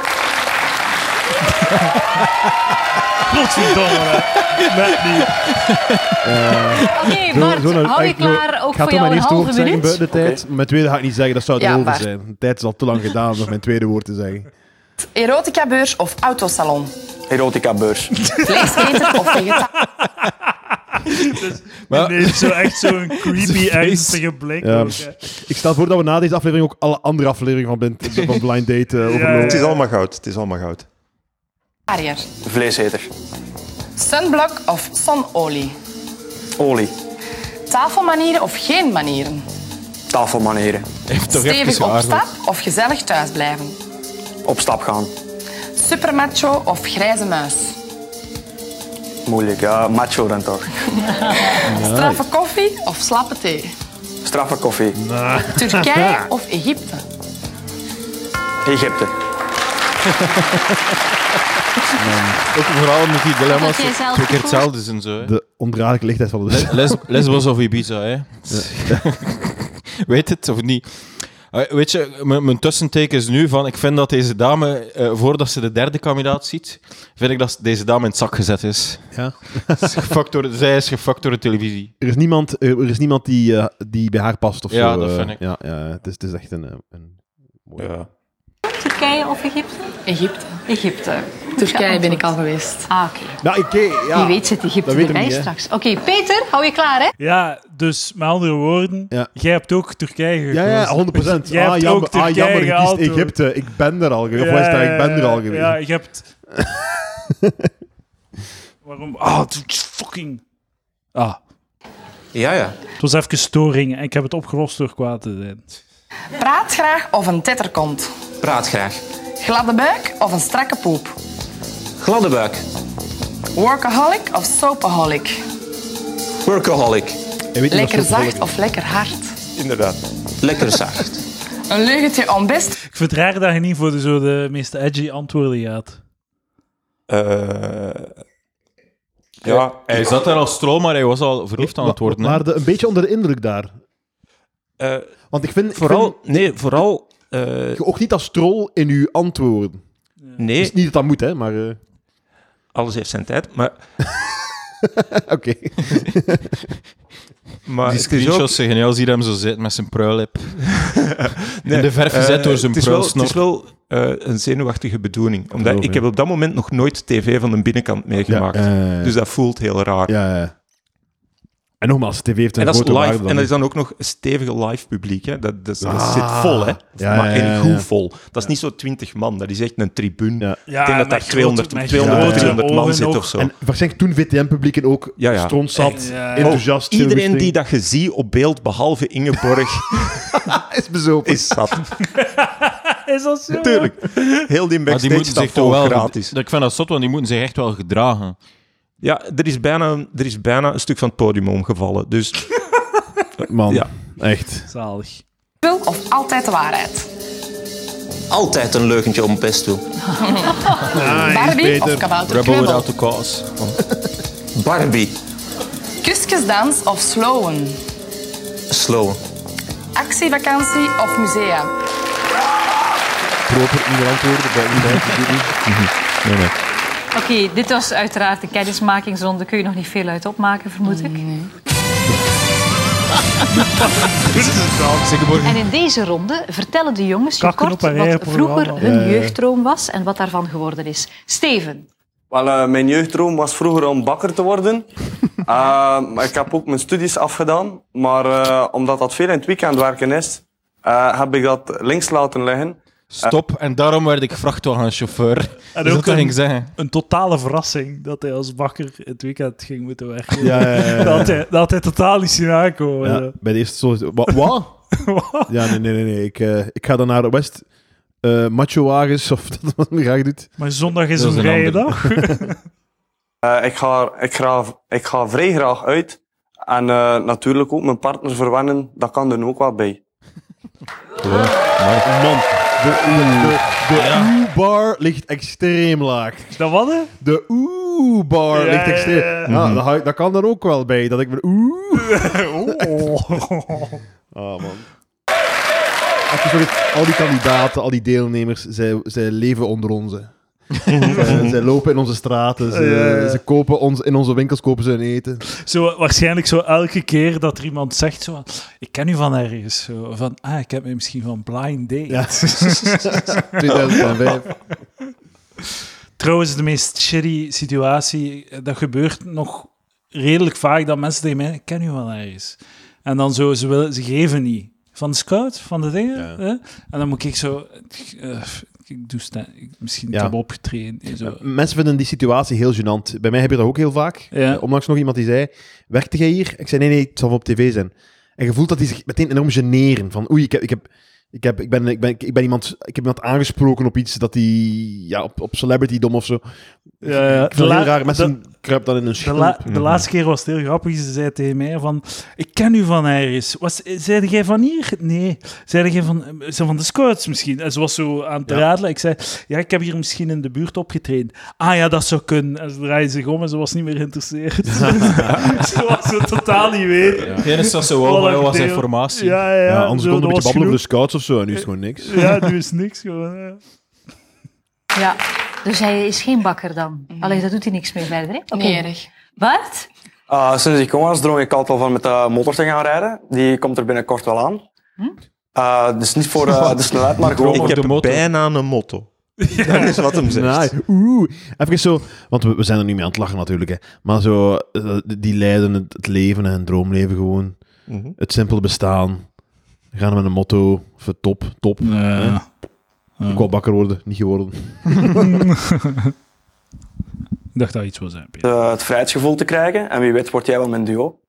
Godverdomme, net niet. Oké, Bart, hou je klaar ook voor jou een halve minuut? Buiten de tijd. Mijn tweede ga ik niet zeggen, dat zou erover zijn. De tijd is al te lang gedaan om mijn tweede woord te zeggen. Erotica-beurs of autosalon? Erotica-beurs. Vlees of vegetarisch? Zo echt zo'n creepy, ernstige blik. Ja. Ook, ik stel voor dat we na deze aflevering ook alle andere afleveringen van Blind Date overlopen. Het is allemaal goud. Ariër. Vleeseter. Sunblock of zonolie? Olie. Tafelmanieren of geen manieren? Tafelmanieren. Stevig op stap of gezellig thuis blijven? Op stap gaan. Supermacho of grijze muis? Moeilijk, ja. Macho dan toch. Straffe koffie of slappe thee? Straffe koffie. Turkije of Egypte? Egypte. Ook vooral met die dilemma's jij zelf twee keer hetzelfde zijn. Zo, hè. De ondraaglijke lichtheid van de Lesbos of Ibiza, hè. Weet het of niet? Weet je, mijn tussenteken is nu van... Ik vind dat deze dame, voordat ze de derde kandidaat ziet, vind ik dat deze dame in het zak gezet is. Ja. Zij is gefuckt door de televisie. Er is niemand die bij haar past of ja, zo. Dat vind ik. Ja, het is echt een mooie... Ja. Turkije of Egypte? Egypte. Turkije ben ik al geweest. Oké. Wie weet zit Egypte erbij straks. Oké, Peter, hou je klaar, hè? Ja, dus met andere woorden, jij hebt ook Turkije gekozen. Ja, 100%. Jij hebt ook Turkije jammer, je gehaald, kiest Egypte. Ik ben er al geweest. Of ik ben er al geweest. Ja, je hebt... Waarom? Fucking... Ja. Het was even storing en ik heb het opgelost door kwaad te zijn. Praat graag of een tetterkont? Praat graag. Gladde buik of een strakke poep? Gladde buik. Workaholic of soapaholic? Workaholic. Lekker zacht of lekker hard? Inderdaad. Lekker zacht. Een leugentje om best... Ik vind het raar dat je niet voor de meest edgy antwoorden gaat. Ja, hij zat daar als stroom, maar hij was al verliefd aan het worden. Maar een beetje onder de indruk daar. Want ik vind... Vooral Ook niet als troll in uw antwoorden. Nee. Dus niet dat dat moet, hè, maar... Alles heeft zijn tijd, maar... Oké. Maar die screenshots zijn geniaal, zie je hem zo zitten met zijn pruillip. In de verf gezet door zijn pruilsnor. Het is wel een zenuwachtige bedoeling. Omdat ik heb op dat moment nog nooit tv van de binnenkant meegemaakt. Dus dat voelt heel raar. Ja. En nogmaals, tv heeft een en grote waarde. En dat is dan ook nog een stevige live publiek. Hè. Dat zit vol, hè. En goed vol. Dat is niet zo 20 man, dat is echt een tribune. Ik denk dat daar 200 man zit of zo. En waarschijnlijk toen VTM-publiek ook stront zat, enthousiast. Iedereen die dat je ziet op beeld, behalve Ingeborg, is bezopen. Is zat. Is dat zo? Tuurlijk. Heel die backstage staat vol gratis. Ik vind dat zot, want die moeten zich echt wel gedragen. Ja, er is bijna een stuk van het podium omgevallen. Dus... Man, echt. Zalig. Of altijd de waarheid? Altijd een leugentje op een peststoel. Barbie of kabouter Rebel Knubbel? without the cause. Barbie. Kusjesdans of slowen? Slowen. Actievakantie of musea? Proper ieder antwoorden bij u. Nee. Oké, dit was uiteraard de kennismakingsronde. Kun je nog niet veel uit opmaken, vermoed ik. Nee. En in deze ronde vertellen de jongens je kort wat vroeger hun jeugddroom was en wat daarvan geworden is. Steven. Wel, mijn jeugddroom was vroeger om bakker te worden. Maar ik heb ook mijn studies afgedaan. Maar omdat dat veel in het weekend werken is, heb ik dat links laten liggen. Stop, en daarom werd ik vrachtwagenchauffeur. En dus ook dat ging zeggen. Een totale verrassing dat hij als bakker het weekend ging moeten werken. Ja. Dat had hij totaal niet zien aankomen. Ja, bij de eerste zo... Wat? Ja, nee. Ik ga dan naar de West Macho-wagens, of dat wat men graag doet. Maar zondag is een vrije dag. Ik ga vrij graag uit. En natuurlijk ook mijn partner verwennen, dat kan er ook wel bij. Man, de oe-bar ligt extreem laag. Dat wat, hè? De oe-bar ligt extreem... Ja, dat kan er ook wel bij, dat ik ben man. Al die kandidaten, al die deelnemers, zij leven onder ons. Zij lopen in onze straten, ze kopen in onze winkels kopen ze hun eten. Zo, waarschijnlijk zo elke keer dat er iemand zegt zo, ik ken u van ergens. Zo, van, ik heb me misschien van Blind Date. Ja. 2005. Trouwens, de meest shitty situatie, dat gebeurt nog redelijk vaak, dat mensen tegen mij, ik ken u van ergens. En dan zo, ze geven niet. Van de scout, van de dingen. Ja. En dan moet ik zo... ik heb opgetraind. Zo. Mensen vinden die situatie heel gênant. Bij mij heb je dat ook heel vaak. Onlangs nog iemand die zei, werkte jij hier? Ik zei, nee, het zal op tv zijn. En je voelt dat die zich meteen enorm generen. Van, oei, ik heb iemand aangesproken op iets dat die... op celebritydom of zo. Ja. Ik vind het heel raar. Mensen kruipen dan in een schulp. De laatste keer was het heel grappig. Ze zei tegen mij van... Ik ken u van ergens. Zeide jij van hier? Nee. Zeide jij van de scouts misschien? En ze was zo aan het radelen. Ik zei... Ja, ik heb hier misschien in de buurt opgetreden. Ah ja, dat zou kunnen. En ze draaide zich om en ze was niet meer geïnteresseerd. Ze was zo totaal niet weten. Geen is dat zo wel, maar was informatie. Ja, anders kon een beetje babbelen over de scouts of zo. En nu is het gewoon niks. Ja, nu is niks gewoon. Ja, dus hij is geen bakker dan? Allee, dat doet hij niks meer verder, hè? Okay. Nee, erg. Bart? Sinds ik jong was, droom ik altijd al van met de motor te gaan rijden. Die komt er binnenkort wel aan. Dus niet voor de snelheid, maar gewoon ik heb bijna een motto. Dat is wat hem zegt. Even zo, want we zijn er niet mee aan het lachen natuurlijk, hè. Maar zo, die leiden het leven en het droomleven gewoon. Het simpele bestaan. Gaan met een motto, of top. Ik wou bakker worden, niet geworden. Ik dacht dat iets was. Het vrijheidsgevoel te krijgen. En wie weet wordt jij wel mijn duo.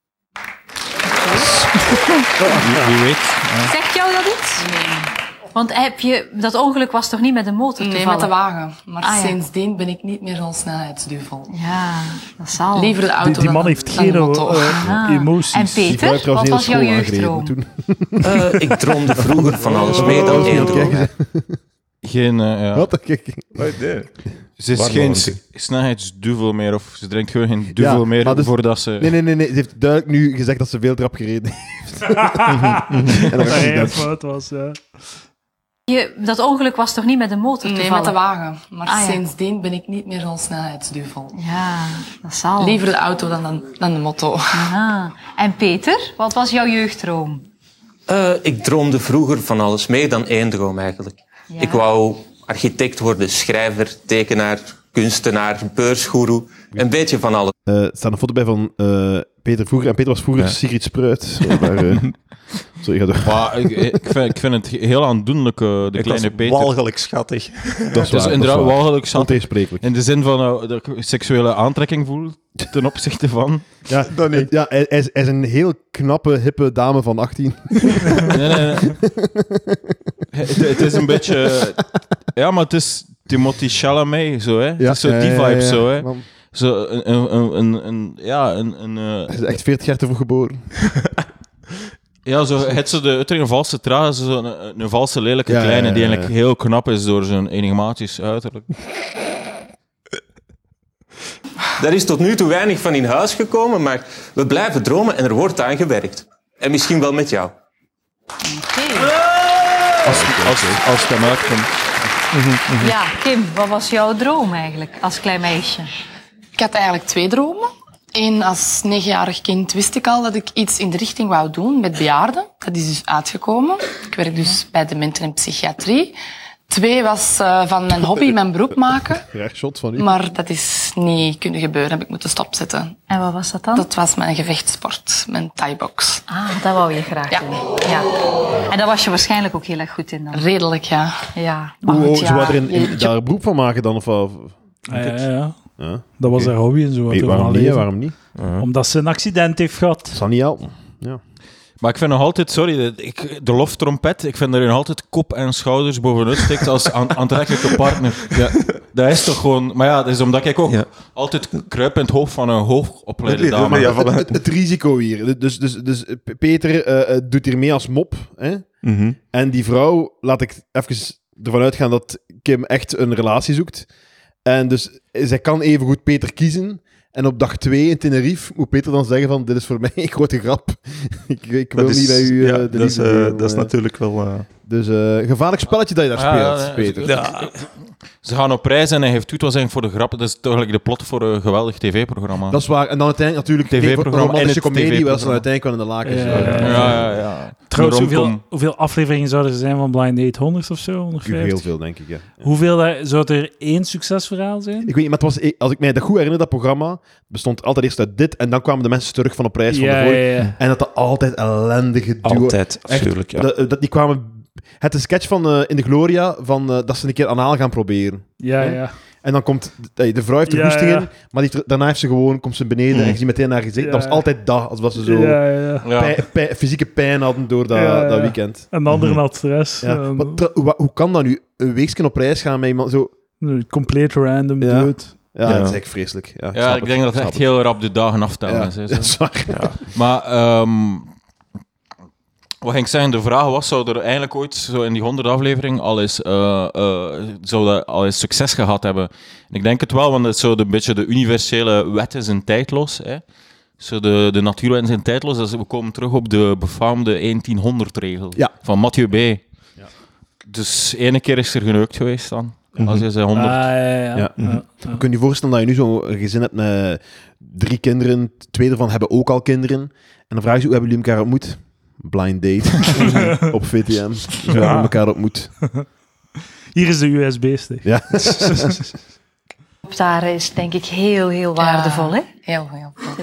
Wie weet. Zegt jou dat iets? Nee. Want dat ongeluk was toch niet met de motor Nee, met de wagen. Maar sindsdien ben ik niet meer zo'n snelheidsduvel. Ja, dat zal. Liever de auto die man heeft geen emoties. En Peter, wat was jouw jeugddroom? Ik droomde vroeger van alles meer dan één droom. Geen... Wat? Ze is geen snelheidsduvel meer, of ze drinkt gewoon geen duvel meer dus, voordat ze... Nee. Ze heeft duidelijk nu gezegd dat ze veel trap gereden heeft. En dat hij fout was, ja. Dat ongeluk was toch niet met de motor Nee, toevallig? met de wagen. Maar sindsdien ben ik niet meer zo'n snelheidsduvel. Ja, dat zal. Liever de auto dan de motto. Aha. En Peter, wat was jouw jeugddroom? Ik droomde vroeger van alles, meer dan één droom eigenlijk. Ja. Ik wou architect worden, schrijver, tekenaar, kunstenaar, beursgoeroe. Een beetje van alles. Er staat een foto bij van Peter vroeger. En Peter was vroeger Sigrid Spruit. Sorry, ga door. Ik vind het heel aandoenlijk, de kleine Peter. Walgelijk schattig. Dat is inderdaad walgelijk schattig. Ontegensprekelijk. In de zin van dat ik seksuele aantrekking voel ten opzichte van... Ja, dat niet. Ja, hij is een heel knappe, hippe dame van 18. Nee. Het is een beetje... Ja, maar het is Timothée Chalamet, zo, hè. Het is zo die vibe, zo, hè. Man. Zo hij is echt 40 jaar te vroeg geboren. Ja, zo, het zo een valse traag, een valse lelijke kleine die eigenlijk heel knap is door zijn enigmatisch uiterlijk. Daar is tot nu toe weinig van in huis gekomen, maar we blijven dromen en er wordt aan gewerkt. En misschien wel met jou. Als het hem uitkomt. Ja, Kim, wat was jouw droom eigenlijk als klein meisje? Ik had eigenlijk 2 dromen. Eén, als 9-jarig kind wist ik al dat ik iets in de richting wou doen met bejaarden. Dat is dus uitgekomen. Ik werk dus bij dementen en psychiatrie. 2 was van mijn hobby mijn beroep maken. Rechtshot van u. Maar dat is niet kunnen gebeuren, heb ik moeten stopzetten. En wat was dat dan? Dat was mijn gevechtssport, mijn Thai-box. Ah, dat wou je graag doen. Ja. En daar was je waarschijnlijk ook heel erg goed in dan. Redelijk, ja. Ja. Maar goed, ze wou er daar een beroep van maken dan? Of ja. Dat was haar hobby en zo. Waarom niet? Omdat ze een accident heeft gehad. Dat zal niet helpen. Ja. Maar ik vind nog altijd, de loftrompet, ik vind er nog altijd kop en schouders bovenuit stikt als aantrekkelijke partner. Ja, dat is toch gewoon... Maar ja, dat is omdat ik ook altijd kruip in het hoofd van een hoogopgeleide dame. Het risico hier. Dus Peter doet hier mee als mop. Hè? Mm-hmm. En die vrouw, laat ik even ervan uitgaan dat Kim echt een relatie zoekt. En dus zij kan evengoed Peter kiezen. En op dag 2 in Tenerife moet Peter dan zeggen van, dit is voor mij een grote grap. ik wil niet bij u... dat is natuurlijk wel... Dus gevaarlijk spelletje dat je daar speelt, Peter. Ja. Ze gaan op reis en hij heeft was eigenlijk voor de grap. Dat is toch eigenlijk de plot voor een geweldig tv-programma. Dat is waar. En dan uiteindelijk natuurlijk tv-programma een romantische comedie, waar ze dan uiteindelijk wel in de lakens. Ja. Trouwens, hoeveel afleveringen zouden er zijn van Blind Date? 100 of zo? 150? Heel veel, denk ik, ja. Hoeveel zou er 1 succesverhaal zijn? Ik weet niet, maar het was, als ik mij dat goed herinner, dat programma bestond altijd eerst uit dit, en dan kwamen de mensen terug van op reis van de vorige. Ja. En dat altijd ellendige duo. Altijd, natuurlijk, ja. Die kwamen... Het is een sketch van In de Gloria, van dat ze een keer anaal gaan proberen. Ja. En dan komt... De vrouw heeft er goesting in, maar daarna heeft ze gewoon, komt ze beneden en je ziet meteen naar gezicht. Dat was altijd dat, als wat ze zo fysieke pijn hadden door dat weekend. En de andere had stress. Hoe kan dat nu? Een weekje op reis gaan met iemand zo... Compleet random dood. Ja, dat is echt vreselijk. Ja, ik denk dat het echt heel rap de dagen aftellen is. Dat is waar. Ja. Maar... wat ging ik zeggen, de vraag was, zou er eigenlijk ooit zo in die 100 aflevering al eens succes gehad hebben? En ik denk het wel, want het zo een beetje de universele wetten zijn tijdloos. Hè? Zo de natuurwetten zijn tijdloos. Dus we komen terug op de befaamde 1-10-100-regel van Mathieu B. Ja. Dus ene keer is er geneukt geweest dan. Als je zei 100. Je kunt je voorstellen dat je nu zo'n gezin hebt met 3 kinderen. 2 ervan hebben ook al kinderen. En dan vraag je ze, hoe hebben jullie elkaar ontmoet? Blind date op VTM. We hebben elkaar ontmoet. Hier is de USB-stick. Ja. Daar is denk ik heel waardevol, hè? Heel veel.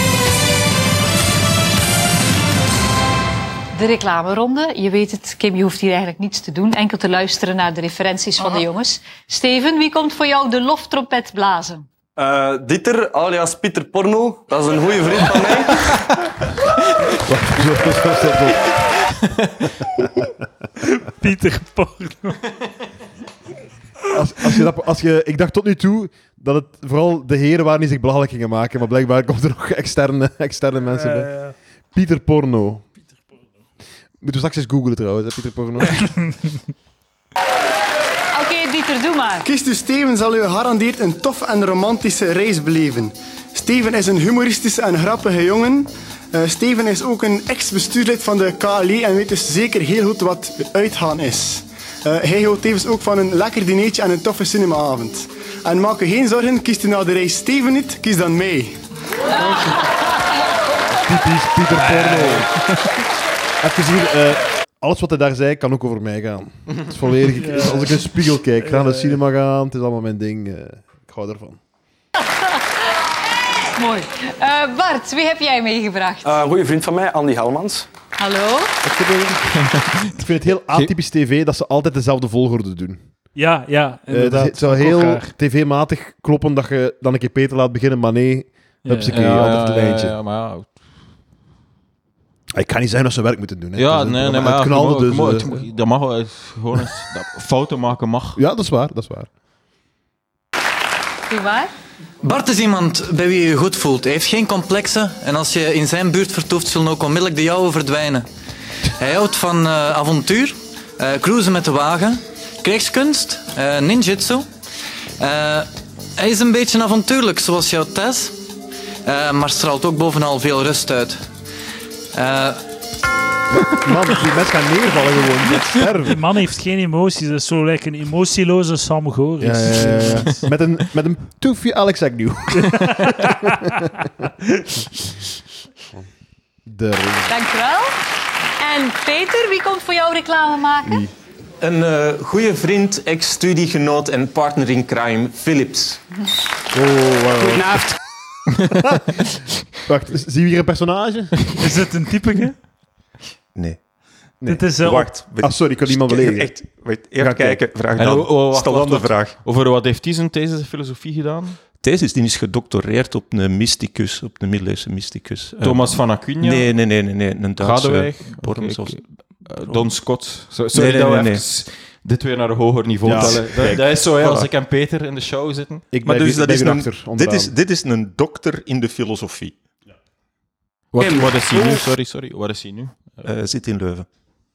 De reclameronde. Je weet het, Kim, je hoeft hier eigenlijk niets te doen. Enkel te luisteren naar de referenties van de jongens. Steven, wie komt voor jou de loftrompet blazen? Dieter, alias Pieter Porno. Dat is een goede vriend van mij. Pieter Porno. Ik dacht tot nu toe dat het vooral de heren waren die zich belachelijk gingen maken, maar blijkbaar komt er nog externe mensen bij. Pieter Porno. Moeten we straks eens googlen trouwens, hè, Pieter Porno. Oké, Dieter, doe maar. Kiest u Steven, zal u gegarandeerd een toffe en romantische reis beleven. Steven is een humoristische en grappige jongen. Steven is ook een ex-bestuurlid van de KLE en weet dus zeker heel goed wat uitgaan is. Hij houdt tevens ook van een lekker dinertje en een toffe cinemaavond. En maak je geen zorgen, kiest u na de reis Steven niet, kies dan mij. Typisch Pieter Porno. Even hier, alles wat hij daar zei, kan ook over mij gaan. Het is volledig... Als ik in een spiegel kijk, ik ga naar de cinema gaan, het is allemaal mijn ding. Ik hou ervan. Mooi. Bart, wie heb jij meegebracht? Een goede vriend van mij, Andy Helmans. Hallo? Ik vind het heel atypisch tv dat ze altijd dezelfde volgorde doen. Ja, inderdaad. Het zou heel tv-matig kloppen dat je dan een keer Peter laat beginnen, maar nee, hupsakee, altijd een lijntje. Ja, maar ja. Ik kan niet zeggen dat ze werk moeten doen. Hè. Ja, nee, maar het knalde dat mag wel gewoon eens... Fouten maken mag. Ja, dat is waar. Doe maar. Bart is iemand bij wie je je goed voelt. Hij heeft geen complexen en als je in zijn buurt vertoeft, zullen ook onmiddellijk de jouwe verdwijnen. Hij houdt van avontuur, cruisen met de wagen, krijgskunst, ninjutsu. Hij is een beetje avontuurlijk, zoals jouw Tess, maar straalt ook bovenal veel rust uit. Man, die mensen gaan neervallen gewoon. Sterven. Die man heeft geen emoties. Dat is zo like een emotieloze Sam Goris. Ja. Met een toefje Alex Agnew. Dankjewel. En Peter, wie komt voor jou reclame maken? Een goede vriend, ex-studiegenoot en partner in crime, Philips. Wow. Goedenavond. Wacht, zien we hier een personage? Is het een typeke? Nee. Dit is, Wacht. sorry, ik kan niemand beledigen. Echt, even kijken. Vraag dan. Stel dan de vraag. Over wat heeft hij zijn thesis filosofie gedaan? Thesis, die is gedoctoreerd op een mysticus, op een middeleeuwse mysticus. Thomas van Aquino? Nee. Een Duitse... Don Scott. Sorry dat we even dit weer naar een hoger niveau tellen. Dat is zo, als ik en Peter in de show zitten. Dit is een dokter in de filosofie. Wat is hij nu? Sorry. Wat is hij nu? Zit in Leuven.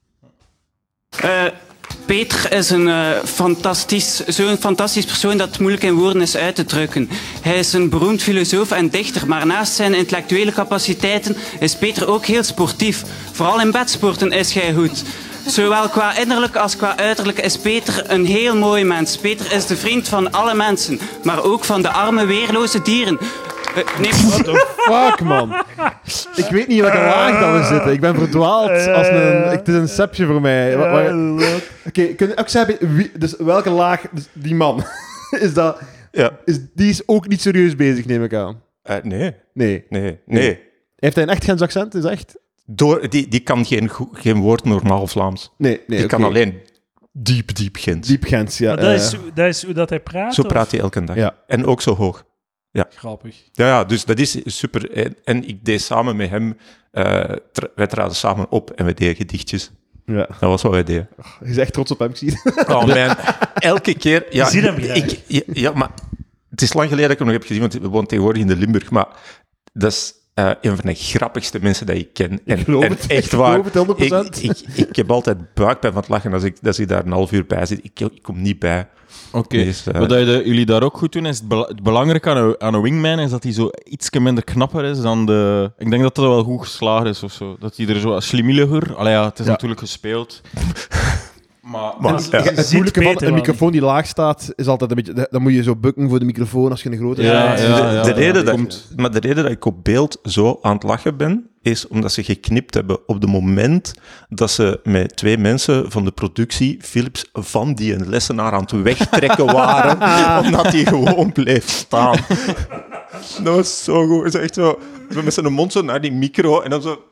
Peter is zo'n fantastisch persoon dat het moeilijk in woorden is uit te drukken. Hij is een beroemd filosoof en dichter, maar naast zijn intellectuele capaciteiten is Peter ook heel sportief. Vooral in bedsporten is hij goed. Zowel qua innerlijk als qua uiterlijk is Peter een heel mooi mens. Peter is de vriend van alle mensen, maar ook van de arme, weerloze dieren. What the fuck, man? Ik weet niet in welke laag dat we zitten. Ik ben verdwaald. Het is een sepje voor mij. Oké, kun je ook zeggen, dus welke laag... Dus die man, is dat... Ja. Die is ook niet serieus bezig, neem ik aan. Nee. Heeft hij een echt Gens accent? Is echt... Die kan geen woord normaal Vlaams. Nee, die kan alleen diep Gens. Diep Gens, ja. Maar dat is hoe dat hij praat? Zo praat hij elke dag. Ja. En ook zo hoog. Ja. Grappig. Ja, dus dat is super. En ik deed samen met hem... wij traden samen op en we deden gedichtjes. Ja. Dat was wat wij deden. Je is echt trots op hem, ik zie het. Oh man, elke keer... Ja, zie hem maar het is lang geleden dat ik hem nog heb gezien, want we wonen tegenwoordig in de Limburg, maar dat is... een van de grappigste mensen die ik ken. Ik geloof het. Echt waar. Ik heb altijd buikpijn van het lachen als ik daar een half uur bij zit. Ik kom niet bij. Oké. Dus, wat jullie daar ook goed doen, is het belangrijke aan een wingman is dat hij zo iets minder knapper is dan de... Ik denk dat dat wel goed geslaagd is of zo. Dat hij er zo slimmeliger... Allee, ja, het is natuurlijk gespeeld. Maar het moeilijke van een microfoon die laag staat, is altijd een beetje... Dan moet je zo bukken voor de microfoon als je een grote... De reden dat ik op beeld zo aan het lachen ben, is omdat ze geknipt hebben op het moment dat ze met 2 mensen van de productie Philips van die een lessenaar aan het wegtrekken waren, omdat hij gewoon bleef staan. Dat was zo goed. Echt zo met zijn mond zo naar die micro en dan zo...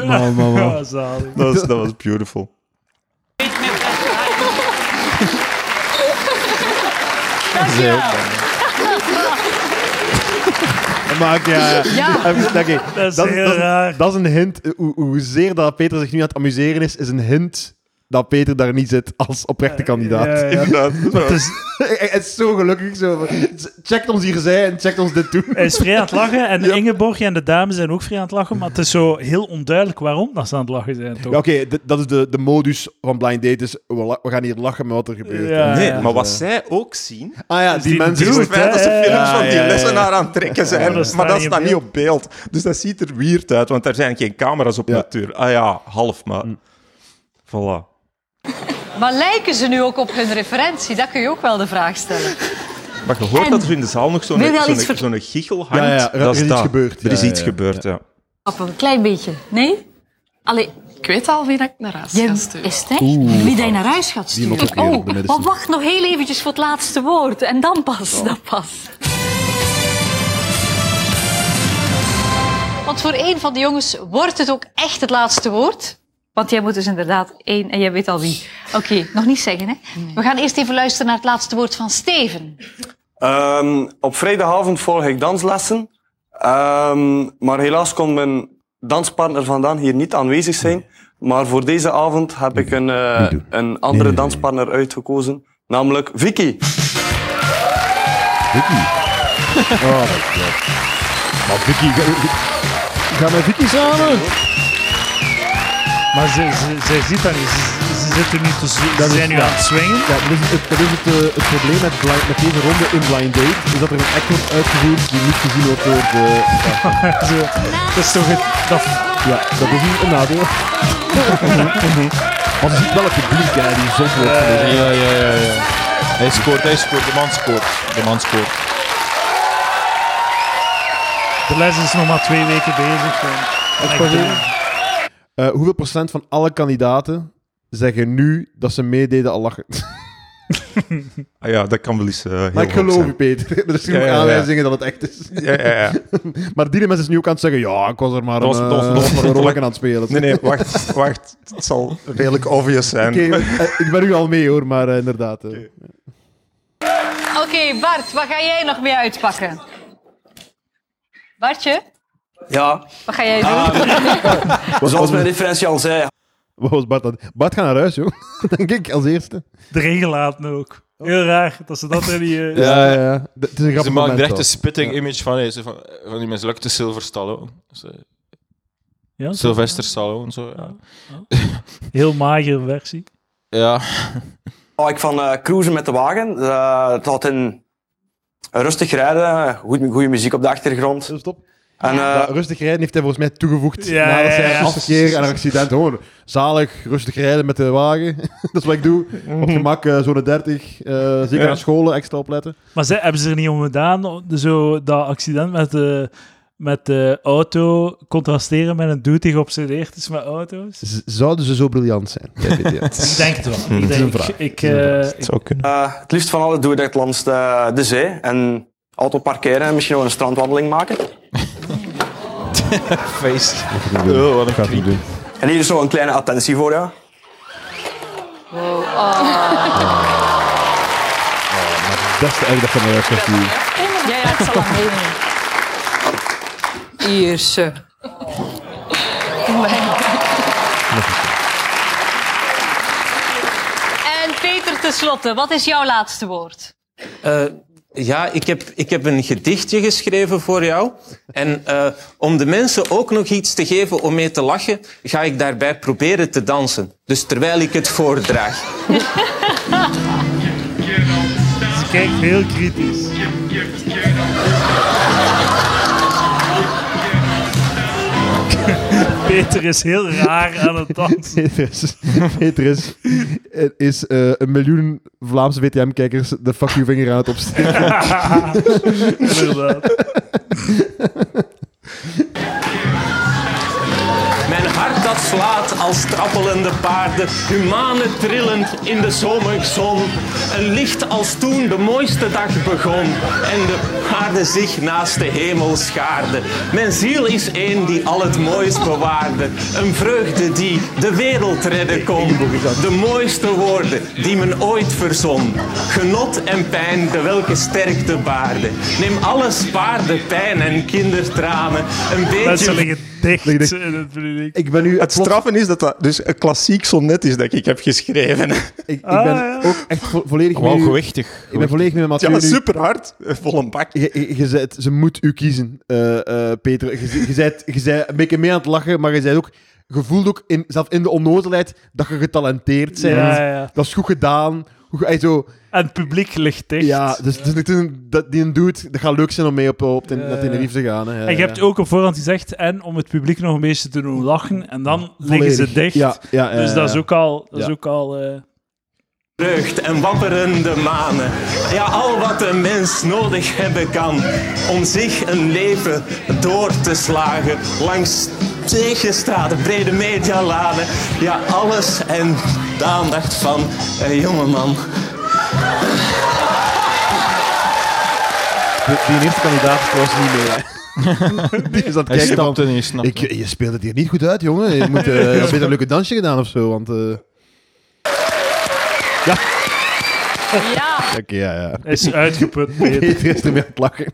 Dat was beautiful. Maar ja. Okay. Dat is een hint. Hoezeer dat Peter zich nu aan het amuseren is een hint dat Peter daar niet zit als oprechte kandidaat. Inderdaad. Hij is zo gelukkig. Zo. Checkt ons hier zij en checkt ons dit toe. Hij is vrij aan het lachen en Ingeborg en de dames zijn ook vrij aan het lachen, maar het is zo heel onduidelijk waarom dat ze aan het lachen zijn. Ja, oké, dat is de modus van Blind Date. Dus we gaan hier lachen met wat er gebeurt. Ja, maar wat zij ook zien... die mensen... is het feit dat ze films van die lessenaar aan het trekken zijn. Maar dat staat niet op beeld. Dus dat ziet er weird uit, want er zijn geen camera's op natuurlijk. Half, maar... Voilà. Maar lijken ze nu ook op hun referentie? Dat kun je ook wel de vraag stellen. Maar je hoort dat er in de zaal nog zo'n giechel hangt. Ja, er is iets gebeurd. Er is iets gebeurd, ja. Op een klein beetje. Nee? Allee. Ik weet al wie dat ik naar huis ga sturen. Is het echt? Wie dat je naar huis gaat sturen? Maar wacht nog heel eventjes voor het laatste woord. En dan pas. Want voor een van de jongens wordt het ook echt het laatste woord. Want jij moet dus inderdaad 1 en jij weet al wie. Oké, nog niet zeggen, hè? Nee. We gaan eerst even luisteren naar het laatste woord van Steven. Op vrijdagavond volg ik danslessen. Maar helaas kon mijn danspartner vandaan hier niet aanwezig zijn. Maar voor deze avond heb ik een andere danspartner uitgekozen. Namelijk Vicky. Vicky? Oh my god. Maar Vicky... Ga met Vicky samen? Maar zij ziet dat niet. Ze zitten nu ze zijn nu aan het swingen. Ja, dat is het probleem met deze ronde in Blind Date. Is dat er een act wordt uitgevoerd die niet gezien wordt door de... Dat is toch het... Ja, dat is een nadeel. Maar ze ziet wel het publiek, hè, die zot wordt. Ja. Hij scoort. De man scoort. De les is nog maar 2 weken bezig. Hoeveel procent van alle kandidaten zeggen nu dat ze meededen al lachen? Ja, dat kan wel eens heel maar ik geloof je, Peter. Er is genoeg aanwijzingen dat het echt is. Ja. Maar die mensen is nu ook aan het zeggen, ja, ik was er maar een rolletje aan het spelen. Nee, wacht. Het zal redelijk obvious zijn. Okay, ik ben nu al mee, hoor, maar inderdaad. Oké, Bart, wat ga jij nog mee uitpakken? Bartje? Ja. Wat ga jij doen? Zoals mijn referentie al zei. Wat was Bart aan? Bart gaat naar huis, joh. Denk ik, als eerste. Erin gelaten ook. Heel raar dat ze dat er niet... Ja. Het is een ze maken er echt een spitting image van die mislukte Sylvester Stallone. Ja, Sylvester Stallone, zo, ja. Heel magere versie. Ja. Ik van cruisen met de wagen. Het had een rustig rijden, goede muziek op de achtergrond. Stop. En, rustig rijden heeft hij volgens mij toegevoegd nadat hij afkeer en een accident. Gewoon zalig, rustig rijden met de wagen. Dat is wat ik doe. Op gemak, zo'n 30. Zeker aan scholen, extra opletten. Maar hebben ze er niet om gedaan, zo dat accident met de auto contrasteren met een dude die geobsedeerd is met auto's? Zouden ze zo briljant zijn? Ik denk het wel. Dat is een vraag. Het zou kunnen. Het liefst van alle doe ik dat langs de zee. En auto parkeren en misschien nog een strandwandeling maken. Feest. Wat gaat hij doen? En hier is zo een kleine attentie voor jou. Wow. Maar dat is de eigenlijk dat van de rest. Ja, het zal aan meedoen. Hier, ze. En Peter, tenslotte, wat is jouw laatste woord? Ja, ik heb een gedichtje geschreven voor jou. En om de mensen ook nog iets te geven om mee te lachen, ga ik daarbij proberen te dansen. Dus terwijl ik het voordraag. Ze kijkt heel kritisch. Peter is heel raar aan het dansen. Peter is 1 miljoen Vlaamse VTM-kijkers de fuck you vinger aan het opsteken. Inderdaad. Mijn hart dat slaat als trappelende paarden, humanen trillend in de zomerzon. Een licht als toen de mooiste dag begon en de aarde zich naast de hemel schaarde. Mijn ziel is één die al het moois bewaarde, een vreugde die de wereld redden kon. De mooiste woorden die men ooit verzon, genot en pijn de welke sterkte baarde. Neem alles spaarde, pijn en kindertranen, een beetje... Ik ben nu het straffen is dat dus een klassiek sonnet is dat ik heb geschreven. Ik ben ook echt volledig mee. Gewichtig. Ik ben volledig mee met Mathieu. Ja, super hard. Vol een bak. Ze moet u kiezen, Peter. Je zei een beetje mee aan het lachen, maar je zei ook... Je voelt ook, zelf in de onnozelheid, dat je getalenteerd bent. Ja. Dat is goed gedaan. En het publiek ligt dicht. Ja, dus die een dude, dat gaat leuk zijn om mee op Tenerife te gaan. Hè. En je hebt ook op voorhand gezegd, en om het publiek nog een beetje te doen lachen, en dan liggen ze dicht. Ja, dus dat is ook al... Vreugd en wapperende manen. Ja, al wat een mens nodig hebben kan om zich een leven door te slagen. Langs tegenstraten, brede medialanen. Ja, alles en de aandacht van een jongeman. Die eerste kandidaat was niet meer. Die is aan het kijken van... Je speelt het hier niet goed uit, jongen. Je moet beter een leuke dansje gedaan of zo, want... Ja. Ja. Oké, ja. Hij is uitgeput. Peter is ermee aan het lachen.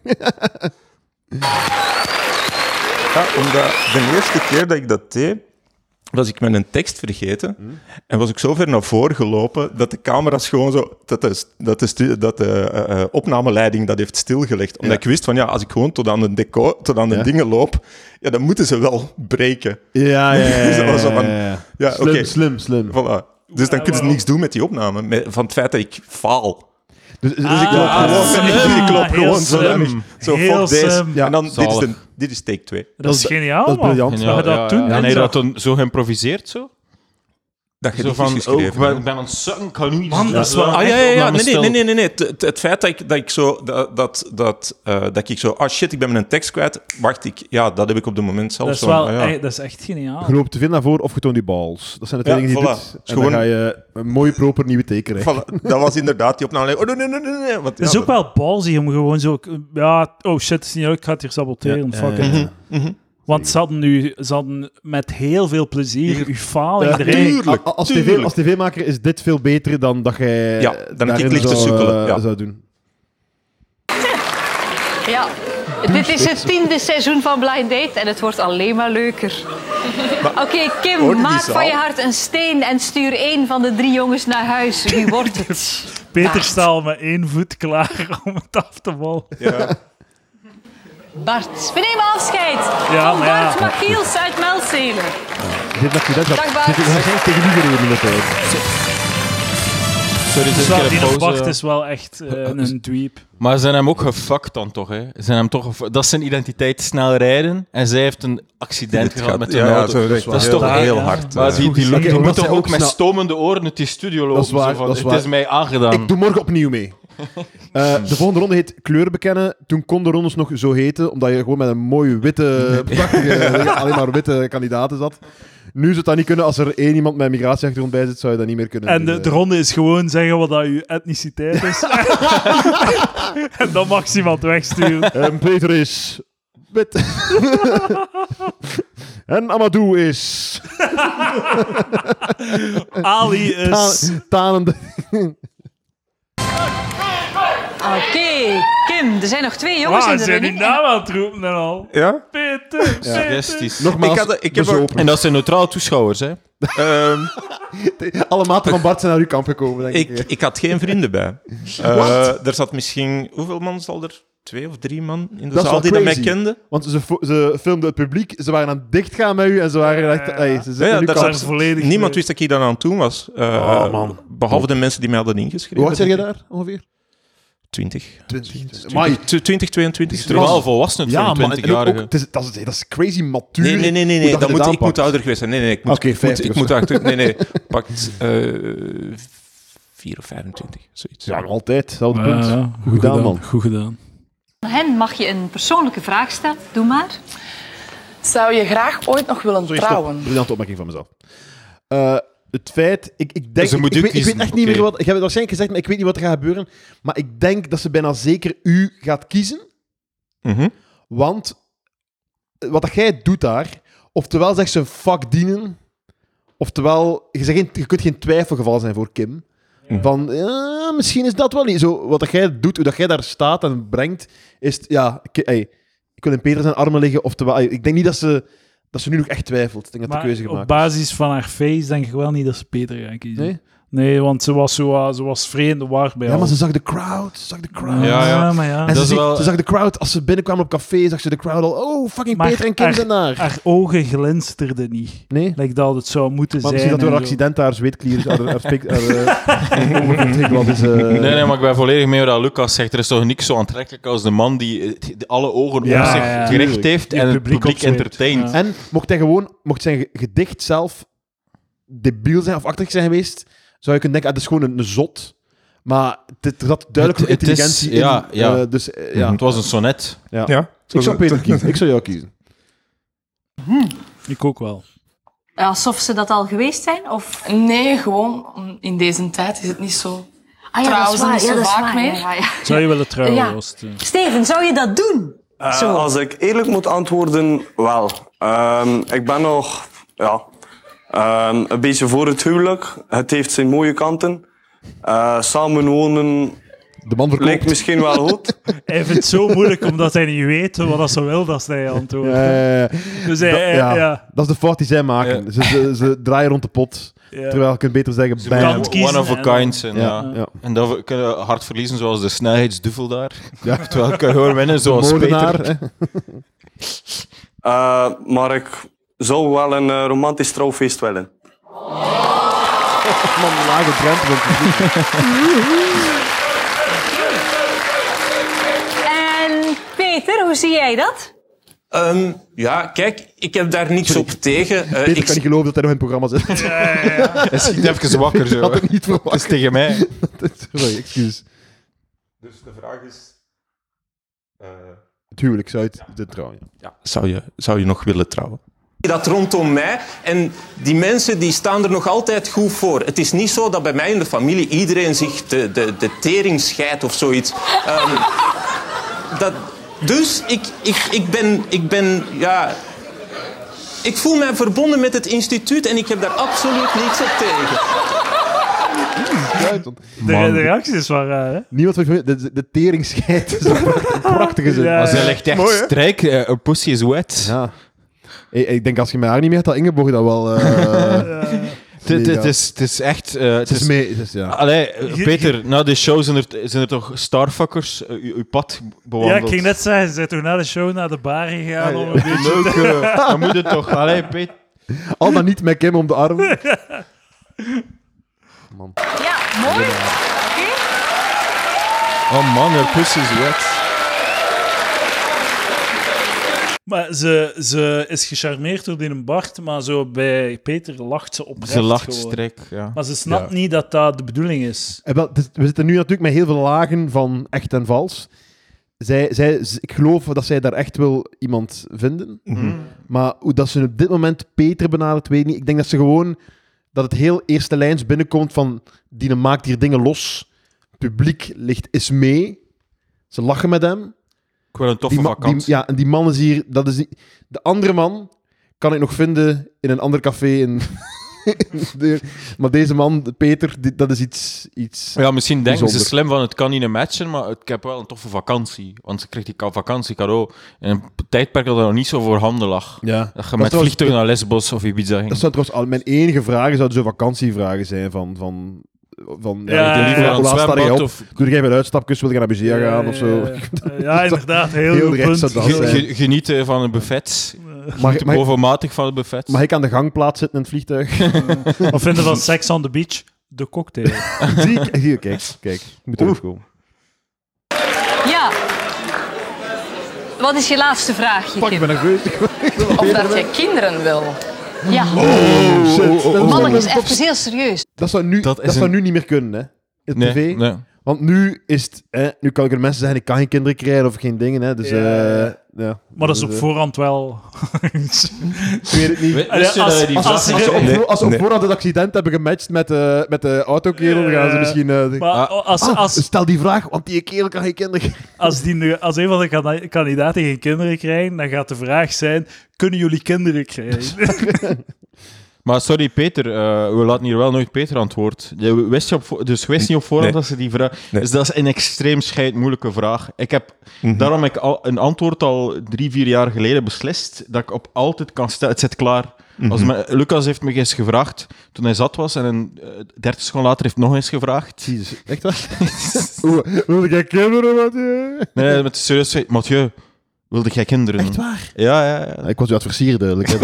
Ja, omdat de eerste keer dat ik dat deed, was ik met een tekst vergeten. En was ik zo ver naar voren gelopen dat de camera's gewoon zo... Dat de opnameleiding dat heeft stilgelegd. Omdat ik wist van, ja, als ik gewoon tot aan de dingen loop, ja, dan moeten ze wel breken. Ja. Dus dat was zo van... Ja, Slim. Voilà. Dus dan kunnen ze niks doen met die opname. Van het feit dat ik faal. Dus ik loop gewoon zo fuck this. Ja, en dan, dit is take 2. Dat is geniaal, dat is briljant. Zou je dat doen? En heb je dat dan zo geïmproviseerd, zo? Dat je zo van, geschreven, ik ben aan het sukken, kan nu... Man, dat is wel... Nee. Het feit dat ik zo... Dat ik zo... Ah, shit, ik ben mijn tekst kwijt. Wacht, dat heb ik op het moment zelf dat is zo. Wel, dat is echt geniaal. Je loopt te veel naar voren of je toont die balls. Dat zijn de twee dingen die je doet. En dan ga je een mooie, proper nieuwe teken krijgen. Voilà, dat was inderdaad die opname. Oh, nee. Het is ook wel ballsy om gewoon zo... Ja, oh shit, het is niet leuk, ik ga het hier saboteren. Fuck it. Want ze hadden met heel veel plezier uw faling erin. Als tv-maker is dit veel beter dan dat jij dan ik licht te sukkelen zou doen. Ja, dit is het 10e seizoen van Blind Date en het wordt alleen maar leuker. Oké, Kim, maak van je hart een steen en stuur 1 van de 3 jongens naar huis. Wie wordt het? Peter staat al met 1 voet klaar om het af te vallen. Ja. Bart, we nemen afscheid van Bart Machiels uit Melzelen. Dag Bart. Dit is waarschijnlijk tegen wie gereden met tijd. Sorry, die Bart is wel echt een dweep. Maar ze zijn hem ook gefuckt dan toch, hè? Dat is zijn identiteit snel rijden en zij heeft een accident gehad met de auto. Dat is toch heel hard. Maar die moet toch ook met stomende oren uit die studio lopen. Dat is waar. Het is mij aangedaan. Ik doe morgen opnieuw mee. De volgende ronde heet kleuren bekennen. Toen kon de rondes nog zo heten, omdat je gewoon met een mooie witte, prachtige, alleen maar witte kandidaten zat. Nu zou het dat niet kunnen. Als er 1 iemand met een migratieachtergrond bij zit, zou je dat niet meer kunnen. En de ronde is gewoon zeggen wat dat je etniciteit is. En dan mag iemand wegsturen. En Peter is wit. En Amadou is... Ali is... Tanende... Oké, Kim, er zijn nog 2 jongens in de running. running. Zijn die naam aan het roepen dan al? Ja? Peter. Nogmaals, en dat zijn neutrale toeschouwers, hè? Alle maten van Bart zijn naar uw kamp gekomen, denk ik. Ik had geen vrienden bij. Er zat misschien... Hoeveel man zal er? 2 of 3 man in de zaal die dat mij kenden? Want ze filmden het publiek, ze waren aan het dichtgaan met u en ze waren echt... Niemand wist dat ik daar aan toe was. Behalve de mensen die mij hadden ingeschreven. Hoe oud zeg je daar ongeveer? 20. 22. Wel volwassenen, ja, 20-jarigen. Dat is crazy matuur. Nee. Ik moet ouder geweest zijn. Nee. Ik moet ouder. Nee. Pakt 4 of 25, zoiets. Ja, altijd. Hetzelfde punt. Goed gedaan, man. Goed gedaan. Hen mag je een persoonlijke vraag stellen. Doe maar. Zou je graag ooit nog willen trouwen? Briljante opmerking van mezelf. Het feit... Ik denk... Ik weet echt niet meer wat... Ik heb het waarschijnlijk gezegd, maar ik weet niet wat er gaat gebeuren. Maar ik denk dat ze bijna zeker u gaat kiezen. Want wat dat jij doet daar... Oftewel zegt ze een fuck dienen... Oftewel... Je kunt geen twijfelgeval zijn voor Kim. Van, misschien is dat wel niet. Zo, wat dat jij doet, hoe dat jij daar staat en brengt, is... Ik wil in Peter zijn armen liggen. Oftewel... Ik denk niet dat ze nu nog echt twijfelt. Ik denk dat de keuze gemaakt op basis van haar face denk ik wel niet dat ze Peter gaat kiezen. Nee, want ze was vreemd war bij Ja, maar ze zag de crowd. Ja. En ze zag de crowd, als ze binnenkwamen op café, zag ze de crowd al, oh, fucking maar Peter en Kim zijn daar. Haar ogen glinsterden niet. Nee? Like dat het zou moeten zijn. Maar misschien dat door accident haar zweetklier... Nee, maar ik ben volledig mee wat Lucas zegt. Er is toch niks zo aantrekkelijk als de man die alle ogen op zich gericht heeft en het publiek entertaint. En mocht zijn gedicht zelf debiel zijn of achterlijk zijn geweest... zou je kunnen denken, het is gewoon een zot. Maar er zat duidelijk intelligentie in. Ja. Dus, Het was een sonnet. Ja. Ik zou Peter kiezen. Ik zou jou kiezen. Ik ook wel. Alsof ze dat al geweest zijn? Of? Nee, gewoon in deze tijd is het niet zo... Ah, ja, trouwen ze niet zo dat is vaak waar. meer. Ja. Zou je willen trouwen, Ja. Joost? Steven, zou je dat doen? Als ik eerlijk moet antwoorden, wel. Ik ben nog een beetje voor het huwelijk. Het heeft zijn mooie kanten. Samen wonen lijkt misschien wel goed. Hij vindt het zo moeilijk omdat hij niet weet wat ze wil dat hij antwoordt. Dus dat is de fout die zij maken. Ja. Ze draaien rond de pot. Ja. Terwijl je kunt beter zeggen... One of a kind. En dat kunnen we hard verliezen, zoals de snelheidsduvel daar. Ja. Terwijl je kan gewoon winnen, zoals Peter. Maar ik zou wel een romantisch trouwfeest willen. Man, lage drempel. En Peter, hoe zie jij dat? Ja, kijk, ik heb daar niks op tegen. Peter kan niet geloven dat hij nog in het programma zit. Hij schiet even wakker zo. Dat had ik niet verwacht. Dat is tegen mij. Sorry, excuus. Dus de vraag is... Het huwelijk, zou je het trouwen? Ja, zou je nog willen trouwen? Dat rondom mij. En die mensen die staan er nog altijd goed voor. Het is niet zo dat bij mij in de familie iedereen zich de tering scheidt of zoiets. Dus ik ben, ik voel mij verbonden met het instituut en ik heb daar absoluut niets op tegen. De reacties waren raar, hè? Niemand van de teringscheid is een prachtige zin. Maar zij legt echt strijk, een pussy is wet. Ja. Ik denk als je mij haar niet meer hebt, dat Ingeborg dat wel... Het is echt... Allee, Peter, na de show zijn er toch starfuckers uw pad bewandeld? Ja, ik ging net zeggen, ze zijn toch na de show naar de bar gegaan om een beetje... Leuk, dan moet het toch... Allee, Peter... Al dan niet met Kim om de arm. Man. Ja, mooi. Oké. Oh man, her pussy is wet. Maar ze is gecharmeerd door die Bart, maar zo bij Peter lacht ze oprecht. Ze lacht gewoon. strek, ja. Maar ze snapt niet dat dat de bedoeling is. We zitten nu natuurlijk met heel veel lagen van echt en vals. Ik geloof dat zij daar echt wil iemand vinden. Mm-hmm. Maar hoe dat ze op dit moment Peter benadert, weet ik niet. Ik denk dat ze gewoon... Dat het heel eerste lijns binnenkomt van... Die maakt hier dingen los. Publiek is mee. Ze lachen met hem. Ik wil een toffe vakantie. En die man is hier... Dat is de andere man kan ik nog vinden in een ander café. Maar deze man, Peter, dat is iets ja, misschien denken ze slim van het kan niet matchen, maar ik heb wel een toffe vakantie. Want ze kreeg die vakantie cadeau in een tijdperk dat er nog niet zo voorhanden lag. Ja. Dat je met vliegtuig naar Lesbos of Ibiza ging. Dat zou trouwens al mijn enige vragen zouden zo vakantievragen zijn van Doe jij wel uitstapjes, wil je naar musea gaan of zo? Ja, inderdaad, heel goed punt. Genieten van een buffet. Overmatig van het buffet. Mag ik aan de gangplaats zitten in het vliegtuig? Wat vinden van Sex on the Beach? De cocktail. Hier, kijk. Moet terugkomen. Ja. Wat is je laatste vraagje, Kim? Ik ben nerveus. Of dat je kinderen wil. Ja. Shit. Mannetjes, even heel serieus. Dat zou nu niet meer kunnen, hè? In de tv. Nee. Want nu is het... nu kan ik er mensen zeggen, ik kan geen kinderen krijgen of geen dingen, hè. Dus, ja. Maar dat is op voorhand wel... Ik weet het niet. Als ze op voorhand het accident hebben gematcht met de autokerel, dan gaan ze misschien... Stel die vraag, want die kerel kan geen kinderen krijgen. Als een van de kandidaten geen kinderen krijgen, dan gaat de vraag zijn, kunnen jullie kinderen krijgen? Maar sorry, Peter, we laten hier wel nooit Peter antwoord. Wist niet op voorhand dat ze die vraag... Nee. Dus dat is een extreem moeilijke vraag. Daarom heb ik een antwoord al 3-4 jaar geleden beslist, dat ik op altijd kan stellen. Het zit klaar. Lucas heeft me eens gevraagd, toen hij zat was, en 30 seconden later heeft nog eens gevraagd. Jezus, echt waar? Wilde jij kinderen, Mathieu? Nee, met de serieus, Mathieu... Wilde jij kinderen? Echt waar? Ja. Ik was u aan het versieren, duidelijk.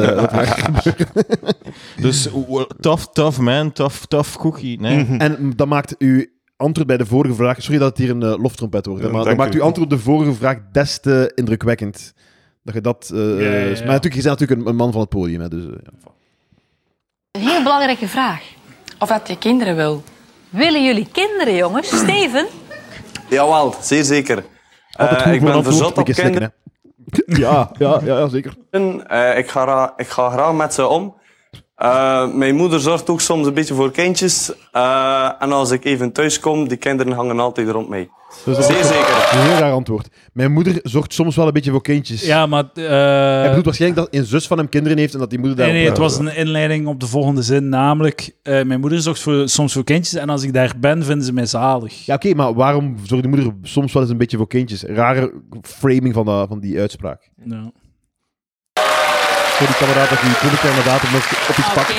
Dus tough man, tough cookie. Nee. En dat maakt uw antwoord bij de vorige vraag... Sorry dat het hier een loftrompet wordt, maar dat maakt uw antwoord op de vorige vraag des te indrukwekkend. Dat je dat... Maar natuurlijk, je bent natuurlijk een man van het podium. Hè, dus, Een heel belangrijke vraag. Of dat je kinderen wil. Willen jullie kinderen, jongens? Steven? Jawel, zeer zeker. Ik ben verzot op kinderen. Ja, zeker. Ik ga graag met ze om. Mijn moeder zorgt ook soms een beetje voor kindjes. En als ik even thuis kom, die kinderen hangen altijd rond mij. Dus zeer zeker. Een heel raar antwoord. Mijn moeder zorgt soms wel een beetje voor kindjes. Ja, maar... Hij bedoelt waarschijnlijk dat een zus van hem kinderen heeft en dat die moeder daar... Nee, het was een inleiding op de volgende zin. Namelijk, mijn moeder zorgt soms voor kindjes en als ik daar ben, vinden ze mij zalig. Ja, oké, maar waarom zorgt de moeder soms wel eens een beetje voor kindjes? Rare framing van die uitspraak. Ja. Sorry, kameraad, dat je publiek inderdaad op iets pakt.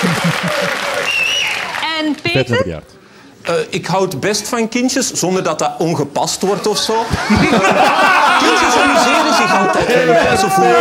En Peter? Ik houd best van kindjes, zonder dat dat ongepast wordt of zo. Kindjes amuseren zich altijd met mij, zo voel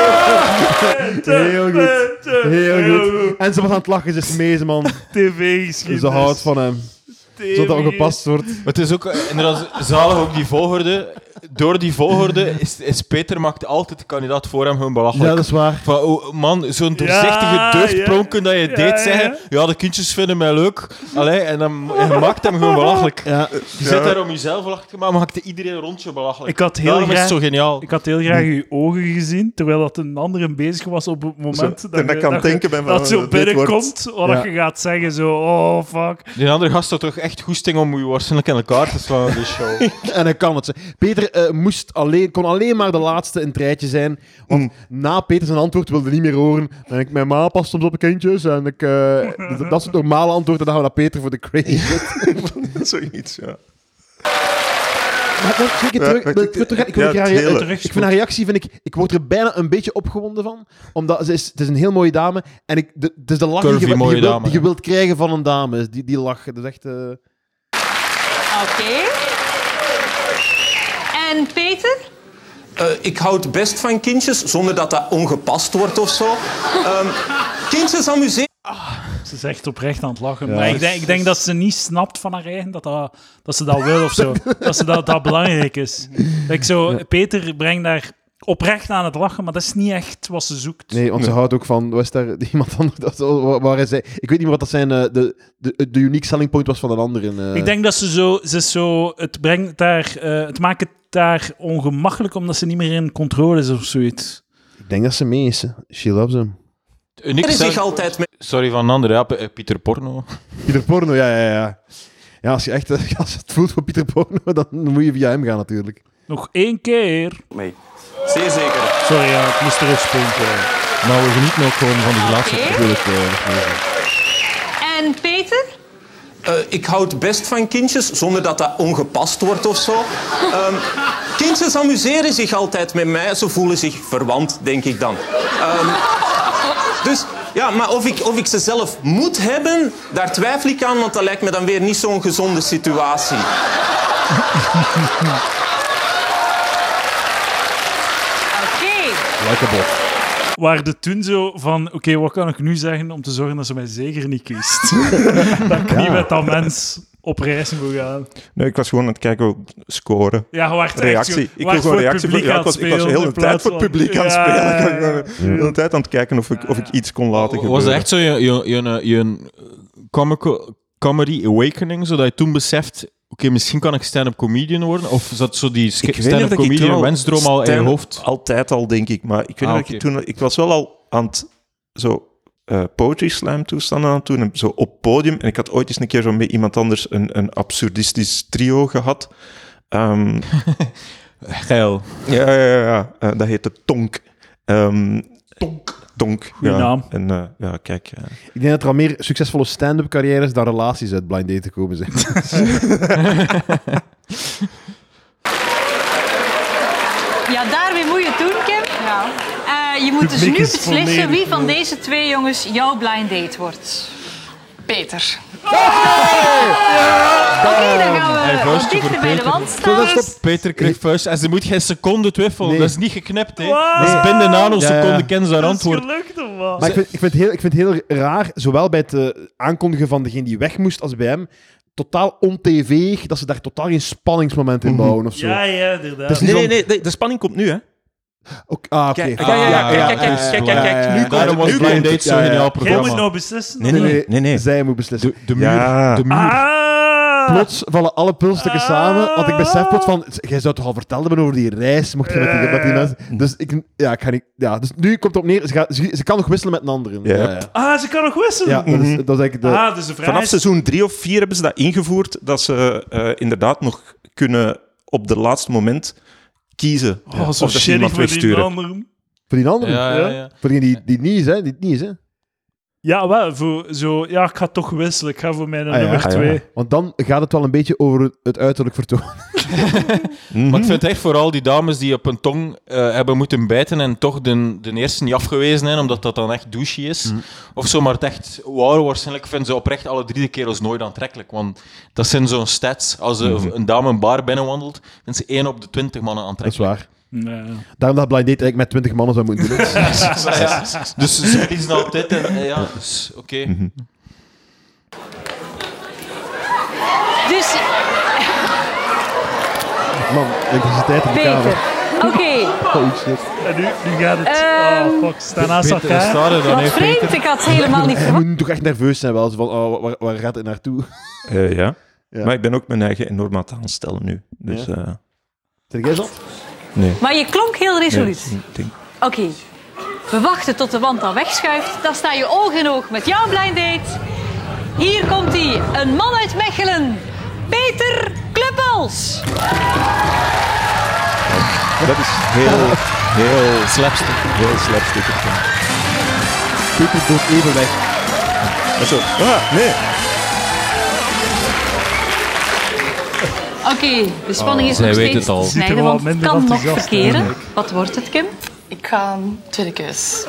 Heel goed. En ze was aan het lachen, ze is mee, man. TV-geschiedenis. Ze houdt van hem. Zodat dat ongepast wordt. Maar het is ook inderdaad zalig, ook die volgorde. Door die volgorde is Peter maakt altijd de kandidaat voor hem gewoon belachelijk. Ja, dat is waar. Van, oh, man, zo'n doorzichtige deugdpronken dat je deed zeggen. Ja, de kindjes vinden mij leuk. Allee, en dan je maakt hem gewoon belachelijk. Ja. Je zit daar om jezelf belachelijk te maken, maar maakte iedereen rond je belachelijk. Ik had heel graag uw ogen gezien, terwijl dat een andere bezig was op het moment zo, dat zo binnenkomt, wat je gaat zeggen, zo, oh, fuck. Die andere gast had toch echt goesting om je waarschijnlijk in elkaar te slaan, die show. En hij kan het. Peter kon alleen maar de laatste in het rijtje zijn, want na Peter zijn antwoord wilde niet meer horen. Dan denk ik, mijn ma past soms op de kindjes, en dat is het normale antwoord, en dan gaan we naar Peter voor de crazy shit. Zoiets, ja. Ik vind haar reactie, ik word er bijna een beetje opgewonden van, omdat het is een heel mooie dame, en het is de lach die je wilt krijgen van een dame, die lach, dat is echt... Oké. En Peter? Ik houd best van kindjes, zonder dat dat ongepast wordt of zo. Kindjes amuseren... Ze is echt oprecht aan het lachen. Ja. Maar ik denk dat ze niet snapt van haar eigen dat ze dat wil of zo. dat belangrijk is. Peter brengt daar oprecht aan het lachen, maar dat is niet echt wat ze zoekt. Nee, want ze houdt ook van... Was daar iemand anders waar hij zei... Ik weet niet meer wat dat zijn... De unique selling point was van een ander. Ik denk dat het maakt het daar ongemakkelijk, omdat ze niet meer in controle is of zoiets. Ik denk dat ze mee is. She loves him. Sorry, van een ander, ja. Pieter Porno. Pieter Porno, ja. Ja, als je het voelt voor Pieter Porno, dan moet je via hem gaan, natuurlijk. Nog 1 keer. Nee. Zeer zeker. Sorry, ik moest er eens spelen. Maar we genieten ook gewoon van die laatste natuurlijk. En Peter? Ik houd best van kindjes, zonder dat dat ongepast wordt of zo. Kindjes amuseren zich altijd met mij, ze voelen zich verwant, denk ik dan. Dus ja, maar of ik ze zelf moet hebben, daar twijfel ik aan, want dat lijkt me dan weer niet zo'n gezonde situatie. Oké. Waren toen zo van, oké, wat kan ik nu zeggen om te zorgen dat ze mij zeker niet kiest? Dat ik niet met dat mens op reis moet gaan. Nee, ik was gewoon aan het kijken, scoren. Ja, je wacht reactie. Ik wil gewoon reactie. Ik was de hele tijd voor het publiek aan het spelen. Ik was de hele tijd aan het kijken of ik iets kon laten gebeuren. Was het echt zo je comedy awakening, zodat je toen beseft... Oké, misschien kan ik stand-up comedian worden? Of zat zo die stand-up comedian wensdroom al in je hoofd? Altijd al, denk ik. Maar ik weet niet dat ik toen... Ik was wel al aan het... Poetry Slam toestanden aan toen, zo op podium. En ik had ooit eens een keer zo met iemand anders een absurdistisch trio gehad. Geil. Ja. Dat heette Tonk. Tonk. Goeie naam. En kijk... Ik denk dat er al meer succesvolle stand-up carrières dan relaties uit Blind Date komen zijn. Ja, daarmee moet je het doen, Kim. Ja. Je moet dus nu beslissen wie van deze 2 jongens jouw blind date wordt. Peter. Oké, dan gaan we wat dichter bij de wand staan. Peter kreeg vuist en ze moet geen seconde twijfelen. Nee. Dat is niet geknipt, hè. Dat is binnen nanoseconde kennen ze haar antwoord. Maar ik vind het heel raar, zowel bij het aankondigen van degene die weg moest als bij hem, totaal on-tv, dat ze daar totaal geen spanningsmoment in bouwen of zo. Ja, inderdaad. Nee, de spanning komt nu, hè. Oké. Kijk. Nu daarom was Blind Date zo'n geniaal programma. Jij moet nou beslissen? Nee. Zij moet beslissen. De muur. Plots vallen alle pulstukken samen, want ik besef plots van... Jij zou toch al verteld hebben over die reis, mocht je met die mensen... Dus ik ga niet... Ja, dus nu komt het op neer, ze kan nog wisselen met een andere. Ja. Ze kan nog wisselen? Ja, dat is eigenlijk dus de vraag vanaf seizoen 3 of 4 hebben ze dat ingevoerd, dat ze inderdaad nog kunnen op het laatste moment kiezen of dat ze iemand wegsturen. Voor die anderen? Ja. Voor die niet is, hè? Die niet is, hè? Ja, wel, voor zo... Ja, ik ga toch wisselen. Ik ga voor mijn nummer 2. Ja. Want dan gaat het wel een beetje over het uiterlijk vertoon. Maar ik vind echt vooral die dames die op hun tong hebben moeten bijten en toch de eerste niet afgewezen hebben, omdat dat dan echt douche is. Of zo, maar het echt... Wow, waarschijnlijk vinden ze oprecht alle 3 de kerels nooit aantrekkelijk. Want dat zijn zo'n stats. Als een dame een bar binnenwandelt, dan is 1 op de 20 mannen aantrekkelijk. Dat is waar. Nee. Daarom dat Blind Date eigenlijk met 20 mannen zou moeten doen. Dus ze verliezen altijd en dus oké. Dus... Man, elektriciteit op de kamer. Oké. Oh shit. En nu gaat het... fuck, staan naast elkaar. Wat vreemd, ik had helemaal niet verwacht. Je moet toch echt nerveus zijn wel, van waar gaat het naartoe? Ja, maar ik ben ook mijn eigen enorm aan het aanstellen nu. Dus, Zeg jij dat? Nee. Maar je klonk heel resoluut. Nee, Oké. We wachten tot de wand dan wegschuift. Dan sta je oog in oog met jouw blind date. Hier komt hij, een man uit Mechelen. Peter Kluppels. Dat is heel slapstick. Heel slapstick. Peter doet even weg. Zo. Nee. Oké, de spanning is nog steeds te snijden, want het kan nog verkeren. Wat wordt het, Kim? Ik ga tweede keus.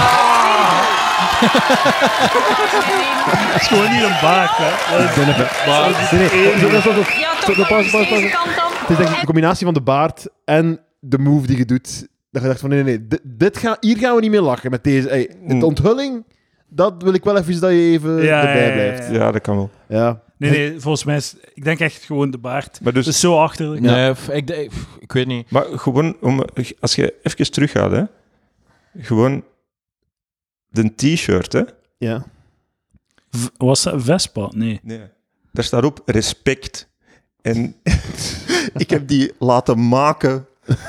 Het is gewoon niet een baak, hè. Het is denk ik een combinatie van de baard en de move die je doet. Dat je dacht van, nee. Hier gaan we niet meer lachen met deze. De onthulling, dat wil ik wel even dat je even erbij blijft. Ja, dat kan wel. Ja. Nee, volgens mij ik denk echt gewoon de baard. Maar dus, het is zo achterlijk. Nee, ik weet niet. Maar gewoon, als je even teruggaat, hè. Gewoon de t-shirt, hè. Ja. Was dat Vespa? Nee. Daar staat op respect. En ik heb die laten maken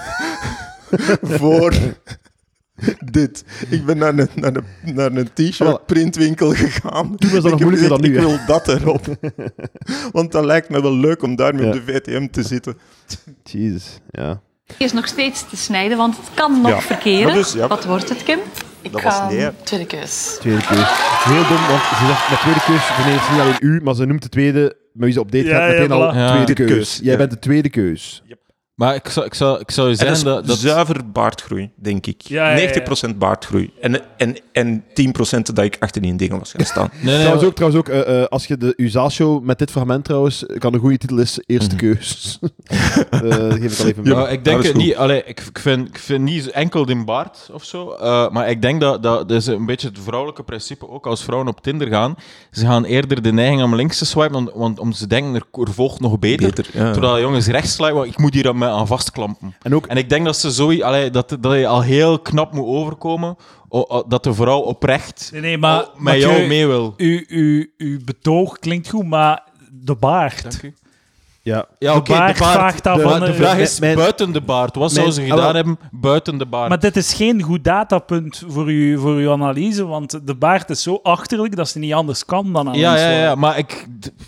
voor dit. Ik ben naar een t-shirt printwinkel gegaan. Toen was dat nog moeilijker dan nu. Ik wil dat erop. Want dat lijkt me wel leuk om daarmee op de VTM te zitten. Jezus, ja. Is nog steeds te snijden, want het kan nog verkeren. Dus, wat wordt het, Kim? Ik ga tweede keus. Tweede keus. Heel dom, want ze zegt met tweede keus verneemt ze niet alleen u, maar ze noemt de tweede, met wie ze op date gaat, meteen al tweede keus. Jij bent de tweede keus. Yep. Maar ik zou je zeggen dat zuiver baardgroei, denk ik. 90% baardgroei. En 10% dat ik achter die dingen was gaan staan. Trouwens ook, als je uw zaalshow met dit fragment trouwens, kan een goede titel is Eerste Keus. Geef ik al even mee. Ik denk niet, ik vind niet enkel de baard of zo, maar ik denk dat is een beetje het vrouwelijke principe, ook als vrouwen op Tinder gaan, ze gaan eerder de neiging om links te swipen, want om ze denken, er volgt nog beter. Terwijl jongens rechts swipen, want ik moet hier aan vastklampen. En ik denk dat ze dat je al heel knap moet overkomen, dat de vrouw oprecht met jou mee wil. Uw betoog klinkt goed, maar de baard. Dank u. Ja, de baard. De vraag is buiten de baard. Wat zouden ze gedaan hebben buiten de baard? Maar dit is geen goed datapunt voor uw analyse, want de baard is zo achterlijk dat ze niet anders kan dan aan Ja, maar ik...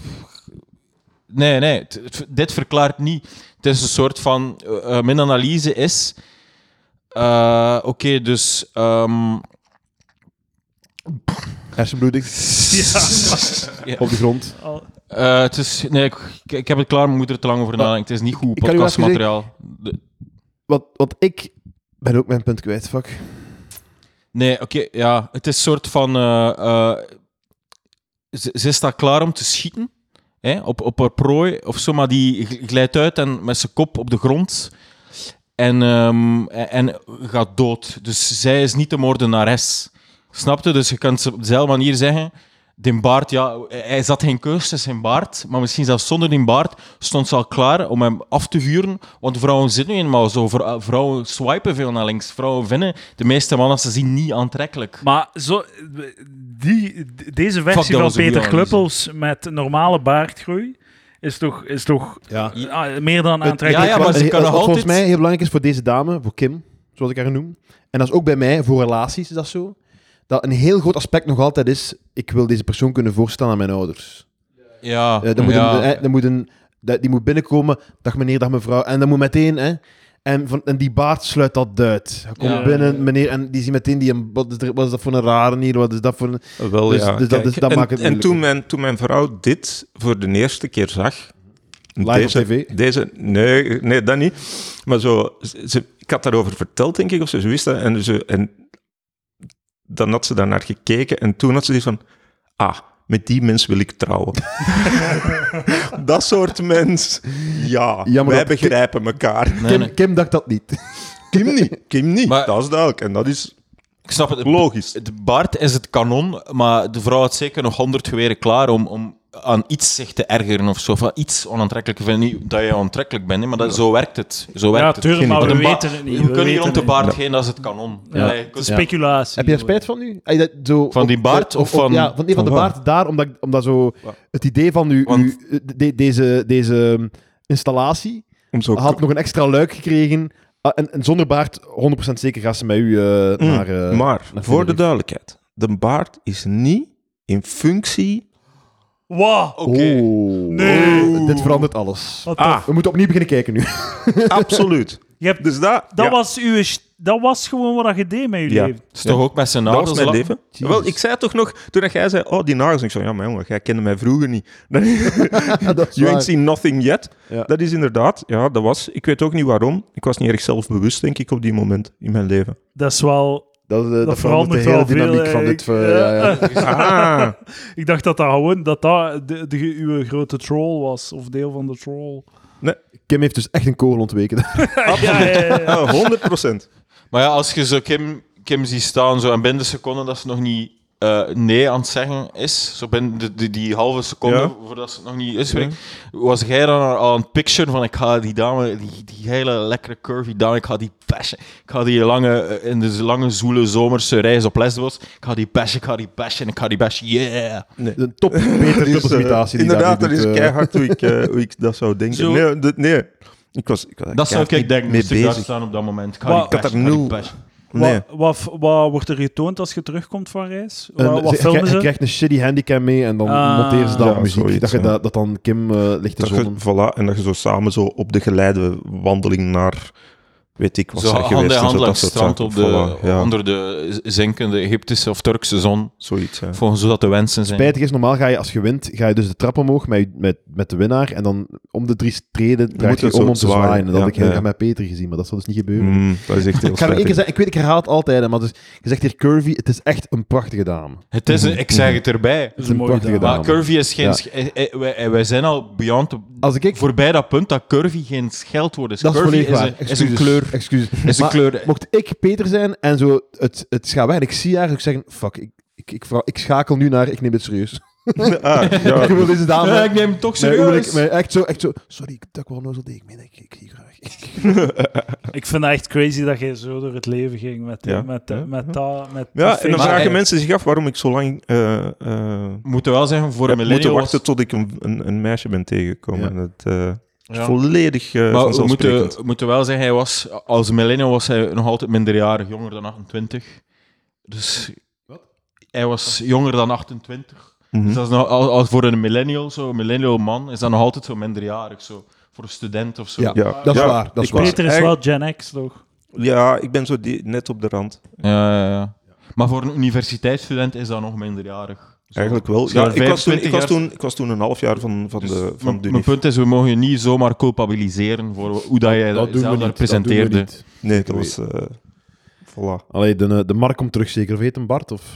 Nee, dit verklaart niet. Het is een soort van... mijn analyse is... Oké, dus... Hersenbloeding. Ja. Op de grond. Het is... Nee, ik heb het klaar, maar ik moet er te lang over nadenken. Het is niet goed podcastmateriaal. Wat ik... ben ook mijn punt kwijt, fuck. Nee, oké, ja. Het is een soort van... Ze staat klaar om te schieten. Op haar prooi of zo, maar die glijdt uit en met zijn kop op de grond en gaat dood. Dus zij is niet de moordenares. Snap je? Dus je kunt op dezelfde manier zeggen, Die baard, ja, hij zat geen keus tussen zijn baard, maar misschien zelfs zonder die baard stond ze al klaar om hem af te vuren. Want vrouwen zitten nu eenmaal zo. Vrouwen swipen veel naar links. Vrouwen vinden de meeste mannen ze zien niet aantrekkelijk. Maar deze versie van Peter Kluppels met normale baardgroei is toch meer dan aantrekkelijk. Ja, maar ze kan nog volgens mij heel belangrijk is voor deze dame, voor Kim, zoals ik haar noem. En dat is ook bij mij, voor relaties is dat zo. Dat een heel groot aspect nog altijd is, ik wil deze persoon kunnen voorstellen aan mijn ouders. Ja. Die moet binnenkomen, dag meneer, dag mevrouw, en dat moet meteen, hè. En die baard sluit dat uit. Hij komt binnen, meneer, en die ziet meteen wat is dat voor een rare hier, wat is dat voor een... Wel, dus dat maakt het moeilijk. En toen mijn vrouw dit voor de eerste keer zag... Live op tv? Nee, dat niet. Maar zo, ik had daarover verteld, denk ik, of ze wist dat, en dan had ze daarnaar gekeken en toen had ze zoiets van... met die mens wil ik trouwen. Dat soort mens. Ja, wij begrijpen elkaar. Kim dacht dat niet. Kim niet. Maar, dat is duidelijk. En dat is... Ik snap het. Logisch. De baard is het kanon, maar de vrouw had zeker nog 100 geweren klaar om aan iets zich te ergeren of zo. Van iets onaantrekkelijk. Ik vind niet dat je aantrekkelijk bent, maar zo werkt het. Tuurlijk, maar we weten het niet. We kunnen hier rond de baard heen, dat is het kanon. Ja. Speculatie. Heb je er spijt van nu? Van die baard? Of van... Ja, van de baard daar, omdat zo het idee van deze installatie had nog een extra luik gekregen. En zonder baard, 100% zeker gaan ze met u naar... maar, voor de duidelijkheid. De baard is niet in functie... Wow. Okay. Nee. Dit verandert alles. We moeten opnieuw beginnen kijken nu. Absoluut. Dus dat was gewoon wat je deed met je leven. Het is toch ook met zijn nagels? Dat was mijn leven. Wel, ik zei toch nog, toen jij zei, die nagels. Ik zei, ja, maar jongen, jij kende mij vroeger niet. You ain't seen nothing yet. Ja. Dat is inderdaad, dat was... Ik weet ook niet waarom. Ik was niet erg zelfbewust, denk ik, op die moment in mijn leven. Dat is wel... Dat verandert de hele dynamiek van dit... Ik dacht dat gewoon uw grote troll was, of deel van de troll. Nee. Kim heeft dus echt een kogel ontweken. Absoluut. 100%. Maar ja, als je zo Kim ziet staan, zo, en binnen de seconde dat ze nog niet nee aan het zeggen is, zo binnen die halve seconde voordat ze het nog niet is, was jij dan al aan het picture van ik ga die dame, die hele lekkere curvy dame, ik ga die bashen. Ik ga die in de lange zoele zomerse reis op Lesbos, ik ga die bashen, yeah! Nee. De top Peter Kluppels-imitatie. Inderdaad, dat is keihard hoe ik dat zou denken. Zo. Nee. Dat zou ik denken, moest ik daar staan op dat moment. Ik had er nul... Nee. Wat wordt er getoond als je terugkomt van reis? Wat filmen ze? Je krijgt een shitty handicam mee en dan monteren ze dat op muziek. Dat dan Kim ligt te zonnen. Voilà, en dat je zo samen zo op de geleide wandeling naar... Weet ik wat zo zijn geweest. Hand langs het strand onder de zinkende Egyptische of Turkse zon. Zoiets, ja. Volgens hoe dat de wensen zijn. Spijtig is, normaal ga je als je wint, ga je dus de trap omhoog met de winnaar en dan om de 3 treden draait je om te zwaaien. Dat heb ik met Peter gezien, maar dat zal dus niet gebeuren. Dat is echt heel spijtig. Ik herhaal het altijd, maar dus, je zegt hier curvy, het is echt een prachtige dame. Het is ik zeg het erbij. Het is een prachtige dame. Maar curvy is geen... Wij zijn al beyond... Voorbij dat punt dat curvy geen scheldwoord is. Dat curvy is een kleur. Excuus. Mocht ik Peter zijn en zo het gaat weg en ik zie haar, zou ik zeggen, fuck, ik schakel nu naar, ik neem dit serieus. Ik wil deze dame... ik neem het toch serieus. Echt zo, sorry, dat ik wel nou zo deed. Ik meen, ik zie graag. Ik vind het echt crazy dat jij zo door het leven ging met en dan vragen mensen zich af waarom ik zo lang... moeten wel zeggen, voor een millennial... moeten wachten tot ik een meisje ben tegengekomen. Ja. Volledig vanzelfsprekend. We moeten wel zeggen, als millennial was hij nog altijd minderjarig, jonger dan 28. Dus hij was jonger dan 28. Dus dat is nog, voor een millennial man, is dat nog altijd zo minderjarig. Zo, voor een student of zo. Ja, dat is waar. Peter is wel Gen X, toch? Ja, ik ben zo net op de rand. Ja. Maar voor een universiteitsstudent is dat nog minderjarig. Zo. Eigenlijk wel. Ja, ik was toen een half jaar van de Mijn punt is, we mogen je niet zomaar culpabiliseren voor hoe dat jij dat zelf daar presenteerde. Nee, dat was... voilà. Allee, de Mark komt terug zeker. Of heet hem Bart? Of...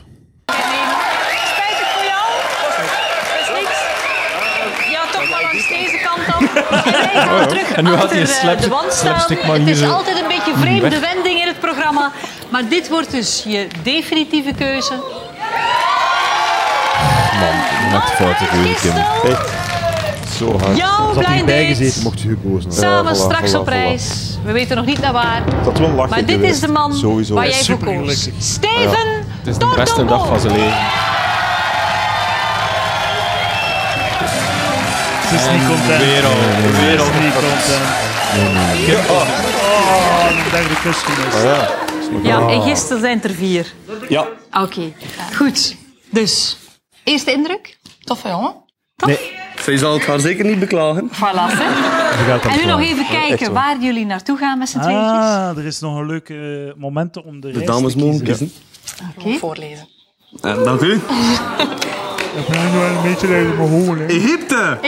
Spijtig voor jou? Dat is niks. Ja, toch maar langs deze kant dan. Terug en nu had hij de wand staan. Het is altijd een beetje vreemde wending in het programma. Maar dit wordt dus je definitieve keuze. Echt fout geweest, Kim. Zo hard. Jouw blind date. Mocht je gekozen Samen straks op reis. We weten nog niet naar waar. Dat wel lachen maar dit geweest. is de man Sowieso. waar jij voor koos. Steven Het is de beste dag van zijn leven. Ze is niet content. Weer al niet content. Een derde kus gemist. Ja, en gisteren zijn er 4. Ja. Oké, goed. Dus, eerste indruk? Toffe jongen. Tof? Zij zal het haar zeker niet beklagen. Voilà, hè? En nu nog even kijken waar jullie naartoe gaan met z'n tweetjes. Er is nog een leuk moment om de reis dames te mogen kiezen. kiezen. Voorlezen. Dank u. Ik ben nu een beetje uit mijn holen. Egypte!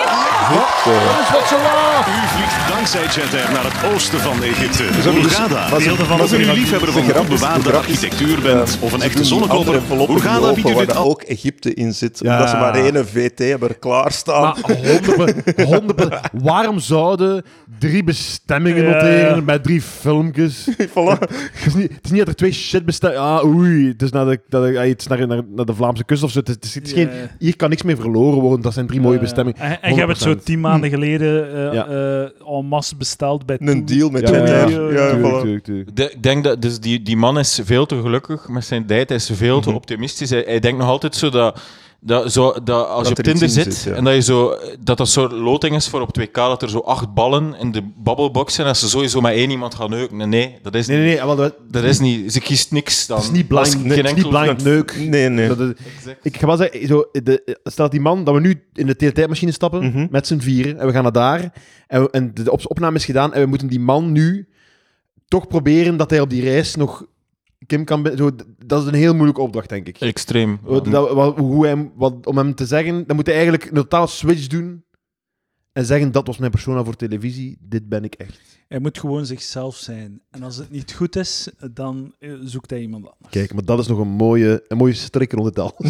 U vliegt dankzij Jet Air naar het oosten van Egypte. Hurghada. Als u nu liefhebber van de bewaarde architectuur bent of een echte zonnekoper, Hurghada biedt u dit waar ook Egypte in zit. Omdat ze maar de ene VT hebben klaarstaan. Maar 100%. Waarom zouden 3 bestemmingen noteren met 3 filmpjes? Voilà. Het is niet dat er 2 shitbestemmingen... het is naar de Vlaamse kust of zo. Het is geen, hier kan niks meer verloren worden. Dat zijn 3 mooie bestemmingen. En je hebt het zo 10 maanden geleden en masse besteld bij een deal met Jet Air. Ik denk dat dus die man is veel te gelukkig met zijn date. Hij is veel te optimistisch. Hij denkt nog altijd zo dat als je op Tinder zit en dat zo loting is voor op 2K, dat er zo 8 ballen in de babbelbox zijn, dat ze sowieso met 1 iemand gaan neuken. Nee, dat is niet. Dat is niet. Ze kiest niks dan. Het is niet blind neuk. Nee. Ik ga wel zeggen, stel dat die man, dat we nu in de teletijdmachine stappen, met z'n 4, en we gaan naar daar, en de opname is gedaan, en we moeten die man nu toch proberen dat hij op die reis nog... Kim kan... dat is een heel moeilijke opdracht, denk ik. Extreem. Om hem te zeggen... Dan moet hij eigenlijk een totaal switch doen en zeggen, dat was mijn persona voor televisie, dit ben ik echt. Hij moet gewoon zichzelf zijn. En als het niet goed is, dan zoekt hij iemand anders. Kijk, maar dat is nog een mooie strik rond het al.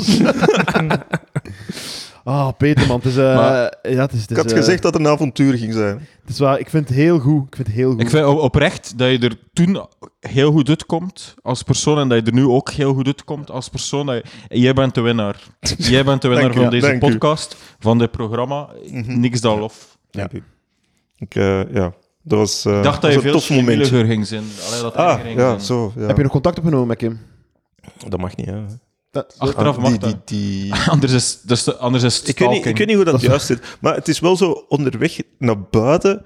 Peter, man. Ik had gezegd dat het een avontuur ging zijn. Het is waar, ik vind het heel goed. Ik vind oprecht dat je er toen heel goed uitkomt als persoon en dat je er nu ook heel goed uitkomt als persoon. Jij bent de winnaar. Jij bent de winnaar van deze podcast, van dit programma. Niks dan lof. Dank u. Dat was ik dacht dat je veel moeilijker ging zijn. Heb je nog contact opgenomen met Kim? Dat mag niet, hè. Achteraf mag dat. Anders is het ik weet niet hoe dat juist zit, maar het is wel zo onderweg naar buiten,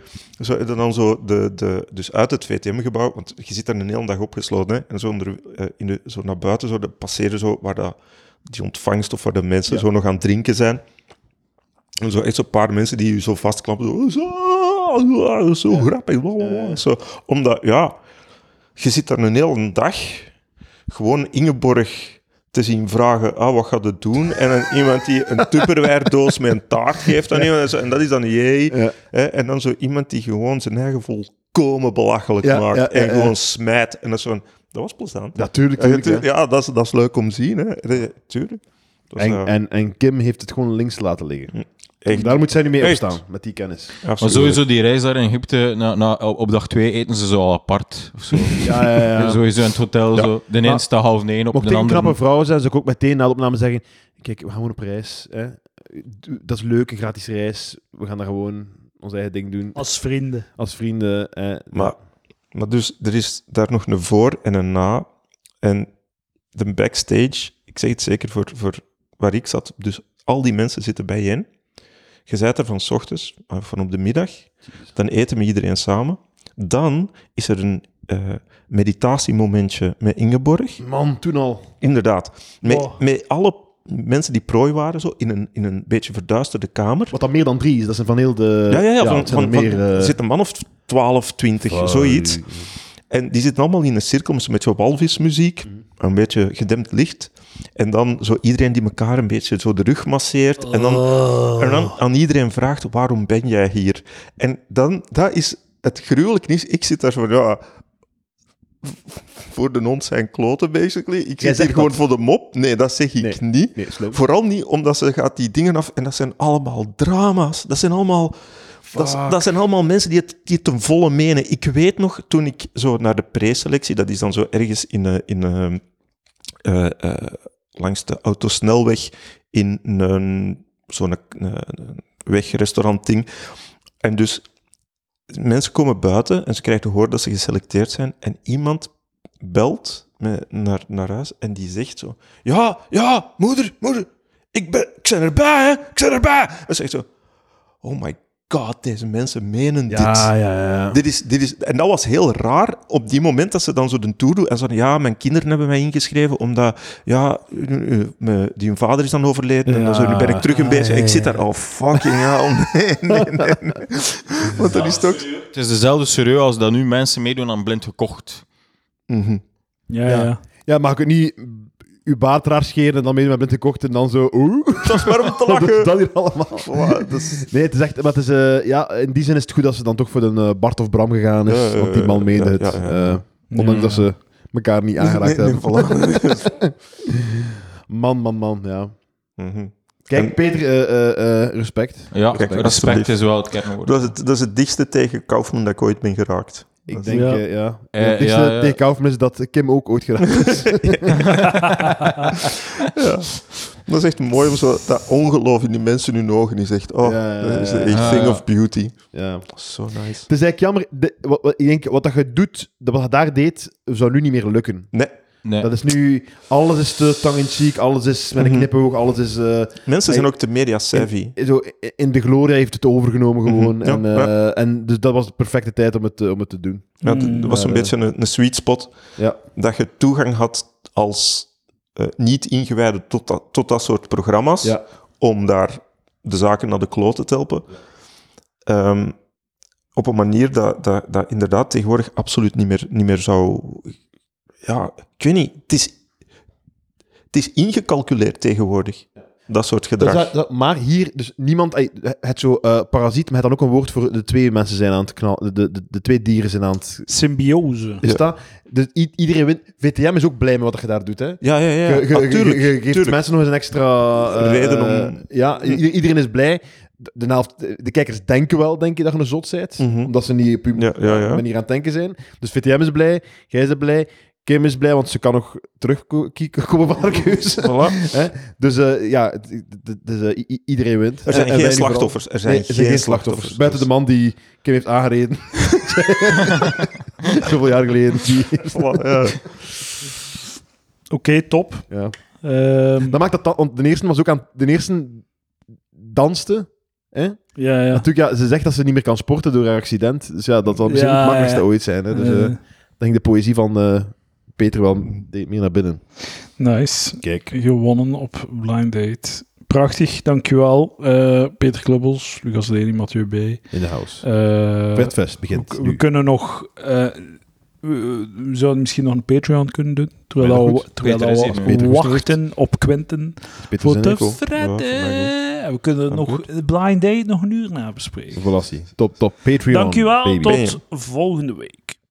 dus uit het VTM-gebouw, want je zit daar een hele dag opgesloten, hè, en zo naar buiten, passeren zo, waar die ontvangst of waar de mensen zo nog aan het drinken zijn. En zo echt zo'n paar mensen die je zo vastklappen, zo grappig, zo, omdat, je zit daar een hele dag, gewoon Ingeborg te zien vragen, wat gaat het doen? En dan iemand die een Tupperware-doos met een taart geeft aan iemand, en dat is dan jij. En dan zo iemand die gewoon zijn eigen volkomen belachelijk maakt en gewoon smijt. En dat was plezant. Ja, tuurlijk. Ja, dat is leuk om te zien. Hè. Tuurlijk. En Kim heeft het gewoon links laten liggen. Daar moet zij nu mee opstaan, met die kennis. Absoluut. Maar sowieso die reis daar in Egypte, op dag 2 eten ze zo al apart. Of zo. Ja. Sowieso in het hotel, zo. De ene staat 8:30 op de andere. Mocht een knappe vrouw zijn, zou ik ook meteen na de opname zeggen, kijk, we gaan gewoon op reis. Hè. Dat is leuk, een gratis reis. We gaan daar gewoon ons eigen ding doen. Als vrienden. Maar dus, er is daar nog een voor en een na. En de backstage, ik zeg het zeker voor waar ik zat, dus al die mensen zitten bijeen. Je bent er van 's ochtends, van op de middag. Dan eten we iedereen samen. Dan is er een meditatiemomentje met Ingeborg. Man, toen al. Inderdaad. Met alle mensen die prooi waren, zo, in een beetje verduisterde kamer. Wat dan meer dan 3 is, dat zijn van heel de... Er zit een man of 12, 20, zoiets. En die zitten allemaal in een cirkel met zo'n beetje walvismuziek, een beetje gedempt licht. En dan zo iedereen die elkaar een beetje zo de rug masseert. En dan aan iedereen vraagt, waarom ben jij hier? En dan, dat is het gruwelijk niet. Ik zit daar zo voor de hond zijn kloten, basically. Ik zit hier gewoon voor de mop. Nee, dat zeg ik niet. Nee, vooral niet, omdat ze gaat die dingen af... En dat zijn allemaal drama's. Dat zijn allemaal... Dat zijn allemaal mensen die het ten volle menen. Ik weet nog, toen ik zo naar de preselectie, dat is dan zo ergens langs de autosnelweg in zo'n wegrestaurant-ding. En dus mensen komen buiten en ze krijgen te horen dat ze geselecteerd zijn. En iemand belt naar huis en die zegt zo... Ja, moeder, ik ben erbij, hè. Ik ben erbij. En zegt zo... Oh my god, deze mensen menen dit. Ja. Dit is... En dat was heel raar op die moment dat ze dan zo de tour doen en zo, ja, mijn kinderen hebben mij ingeschreven omdat, die hun vader is dan overleden en dan zo, nu ben ik terug een beetje... Ik zit daar, fucking hell. Nee. Want dat is toch... Het is dezelfde serieus als dat nu mensen meedoen aan Blind Gekocht. Mm-hmm. Ja. Ja, mag ik het niet... uw baard raar scheren en dan meedoen met Blind Gekocht en dan zo... Dat is maar om te lachen. Dat hier allemaal. Nee, het is echt... Maar het is, in die zin is het goed dat ze dan toch voor een Bart of Bram gegaan is, want die man meende het. Ondanks dat ze elkaar niet aangeraakt hebben. Voilà. Man, ja. Mm-hmm. Kijk, Peter, respect. Ja, respect is wel het kernwoord. Dat is het dichtste tegen Kaufman dat ik ooit ben geraakt. Ik denk, Het dichtste tegen Kaufman is dat Kim ook ooit geraakt is. Ja. Dat is echt mooi om zo dat ongeloof in die mensen in hun ogen is echt... dat is a thing of beauty. Ja. So nice. Het is eigenlijk jammer... Ik denk, wat dat je doet, wat je daar deed, zou nu niet meer lukken. Nee. Dat is nu... Alles is te tongue-in-cheek, alles is met een knipoog, alles is... Mensen zijn ook te media-savvy. In de Gloria heeft het overgenomen gewoon. En dus dat was de perfecte tijd om het te doen. Ja, dat was een beetje een sweet spot. Ja. Dat je toegang had als niet-ingewijde tot dat soort programma's. Ja. Om daar de zaken naar de kloten te helpen. Op een manier dat inderdaad tegenwoordig absoluut niet meer zou... Ja, ik weet niet. Het is ingecalculeerd tegenwoordig, dat soort gedrag. Maar hier, dus niemand... Het zo parasiet, maar het dan ook een woord voor de twee mensen zijn aan het knallen. De twee dieren zijn aan het... Symbiose. Is dat? Dus iedereen wint. VTM is ook blij met wat je daar doet, hè? Ja. Je geeft mensen nog eens een extra... reden om... Ja, iedereen is blij. De kijkers denken dat je een zot bent, omdat ze niet op je manier aan het denken zijn. Dus VTM is blij, jij bent blij, Kim is blij, want ze kan nog terugkomen van haar keuze. Voilà. Dus iedereen wint. Er zijn geen slachtoffers. Er zijn geen slachtoffers. Buiten de man die Kim heeft aangereden. Zoveel jaar geleden. Oké, top. Ja. Dat maakt dat... Want de eerste was ook aan... De eerste danste... Ja. Natuurlijk, ze zegt dat ze niet meer kan sporten door haar accident. Dus ja, dat zal misschien het makkelijkste ooit zijn. Hè? Dus dan ging de poëzie van Peter wel meer naar binnen. Nice. Kijk. Gewonnen op Blind Date. Prachtig, dankjewel. Peter Klubbels, Lucas Lely, Mathieu B. In de house. Petfest begint we kunnen nog... we zouden misschien nog een Patreon kunnen doen, terwijl we wachten op Quentin voor te fretten. We kunnen nog Blind Date nog een uur na bespreken. Top. Patreon. Dankjewel, baby. tot volgende week.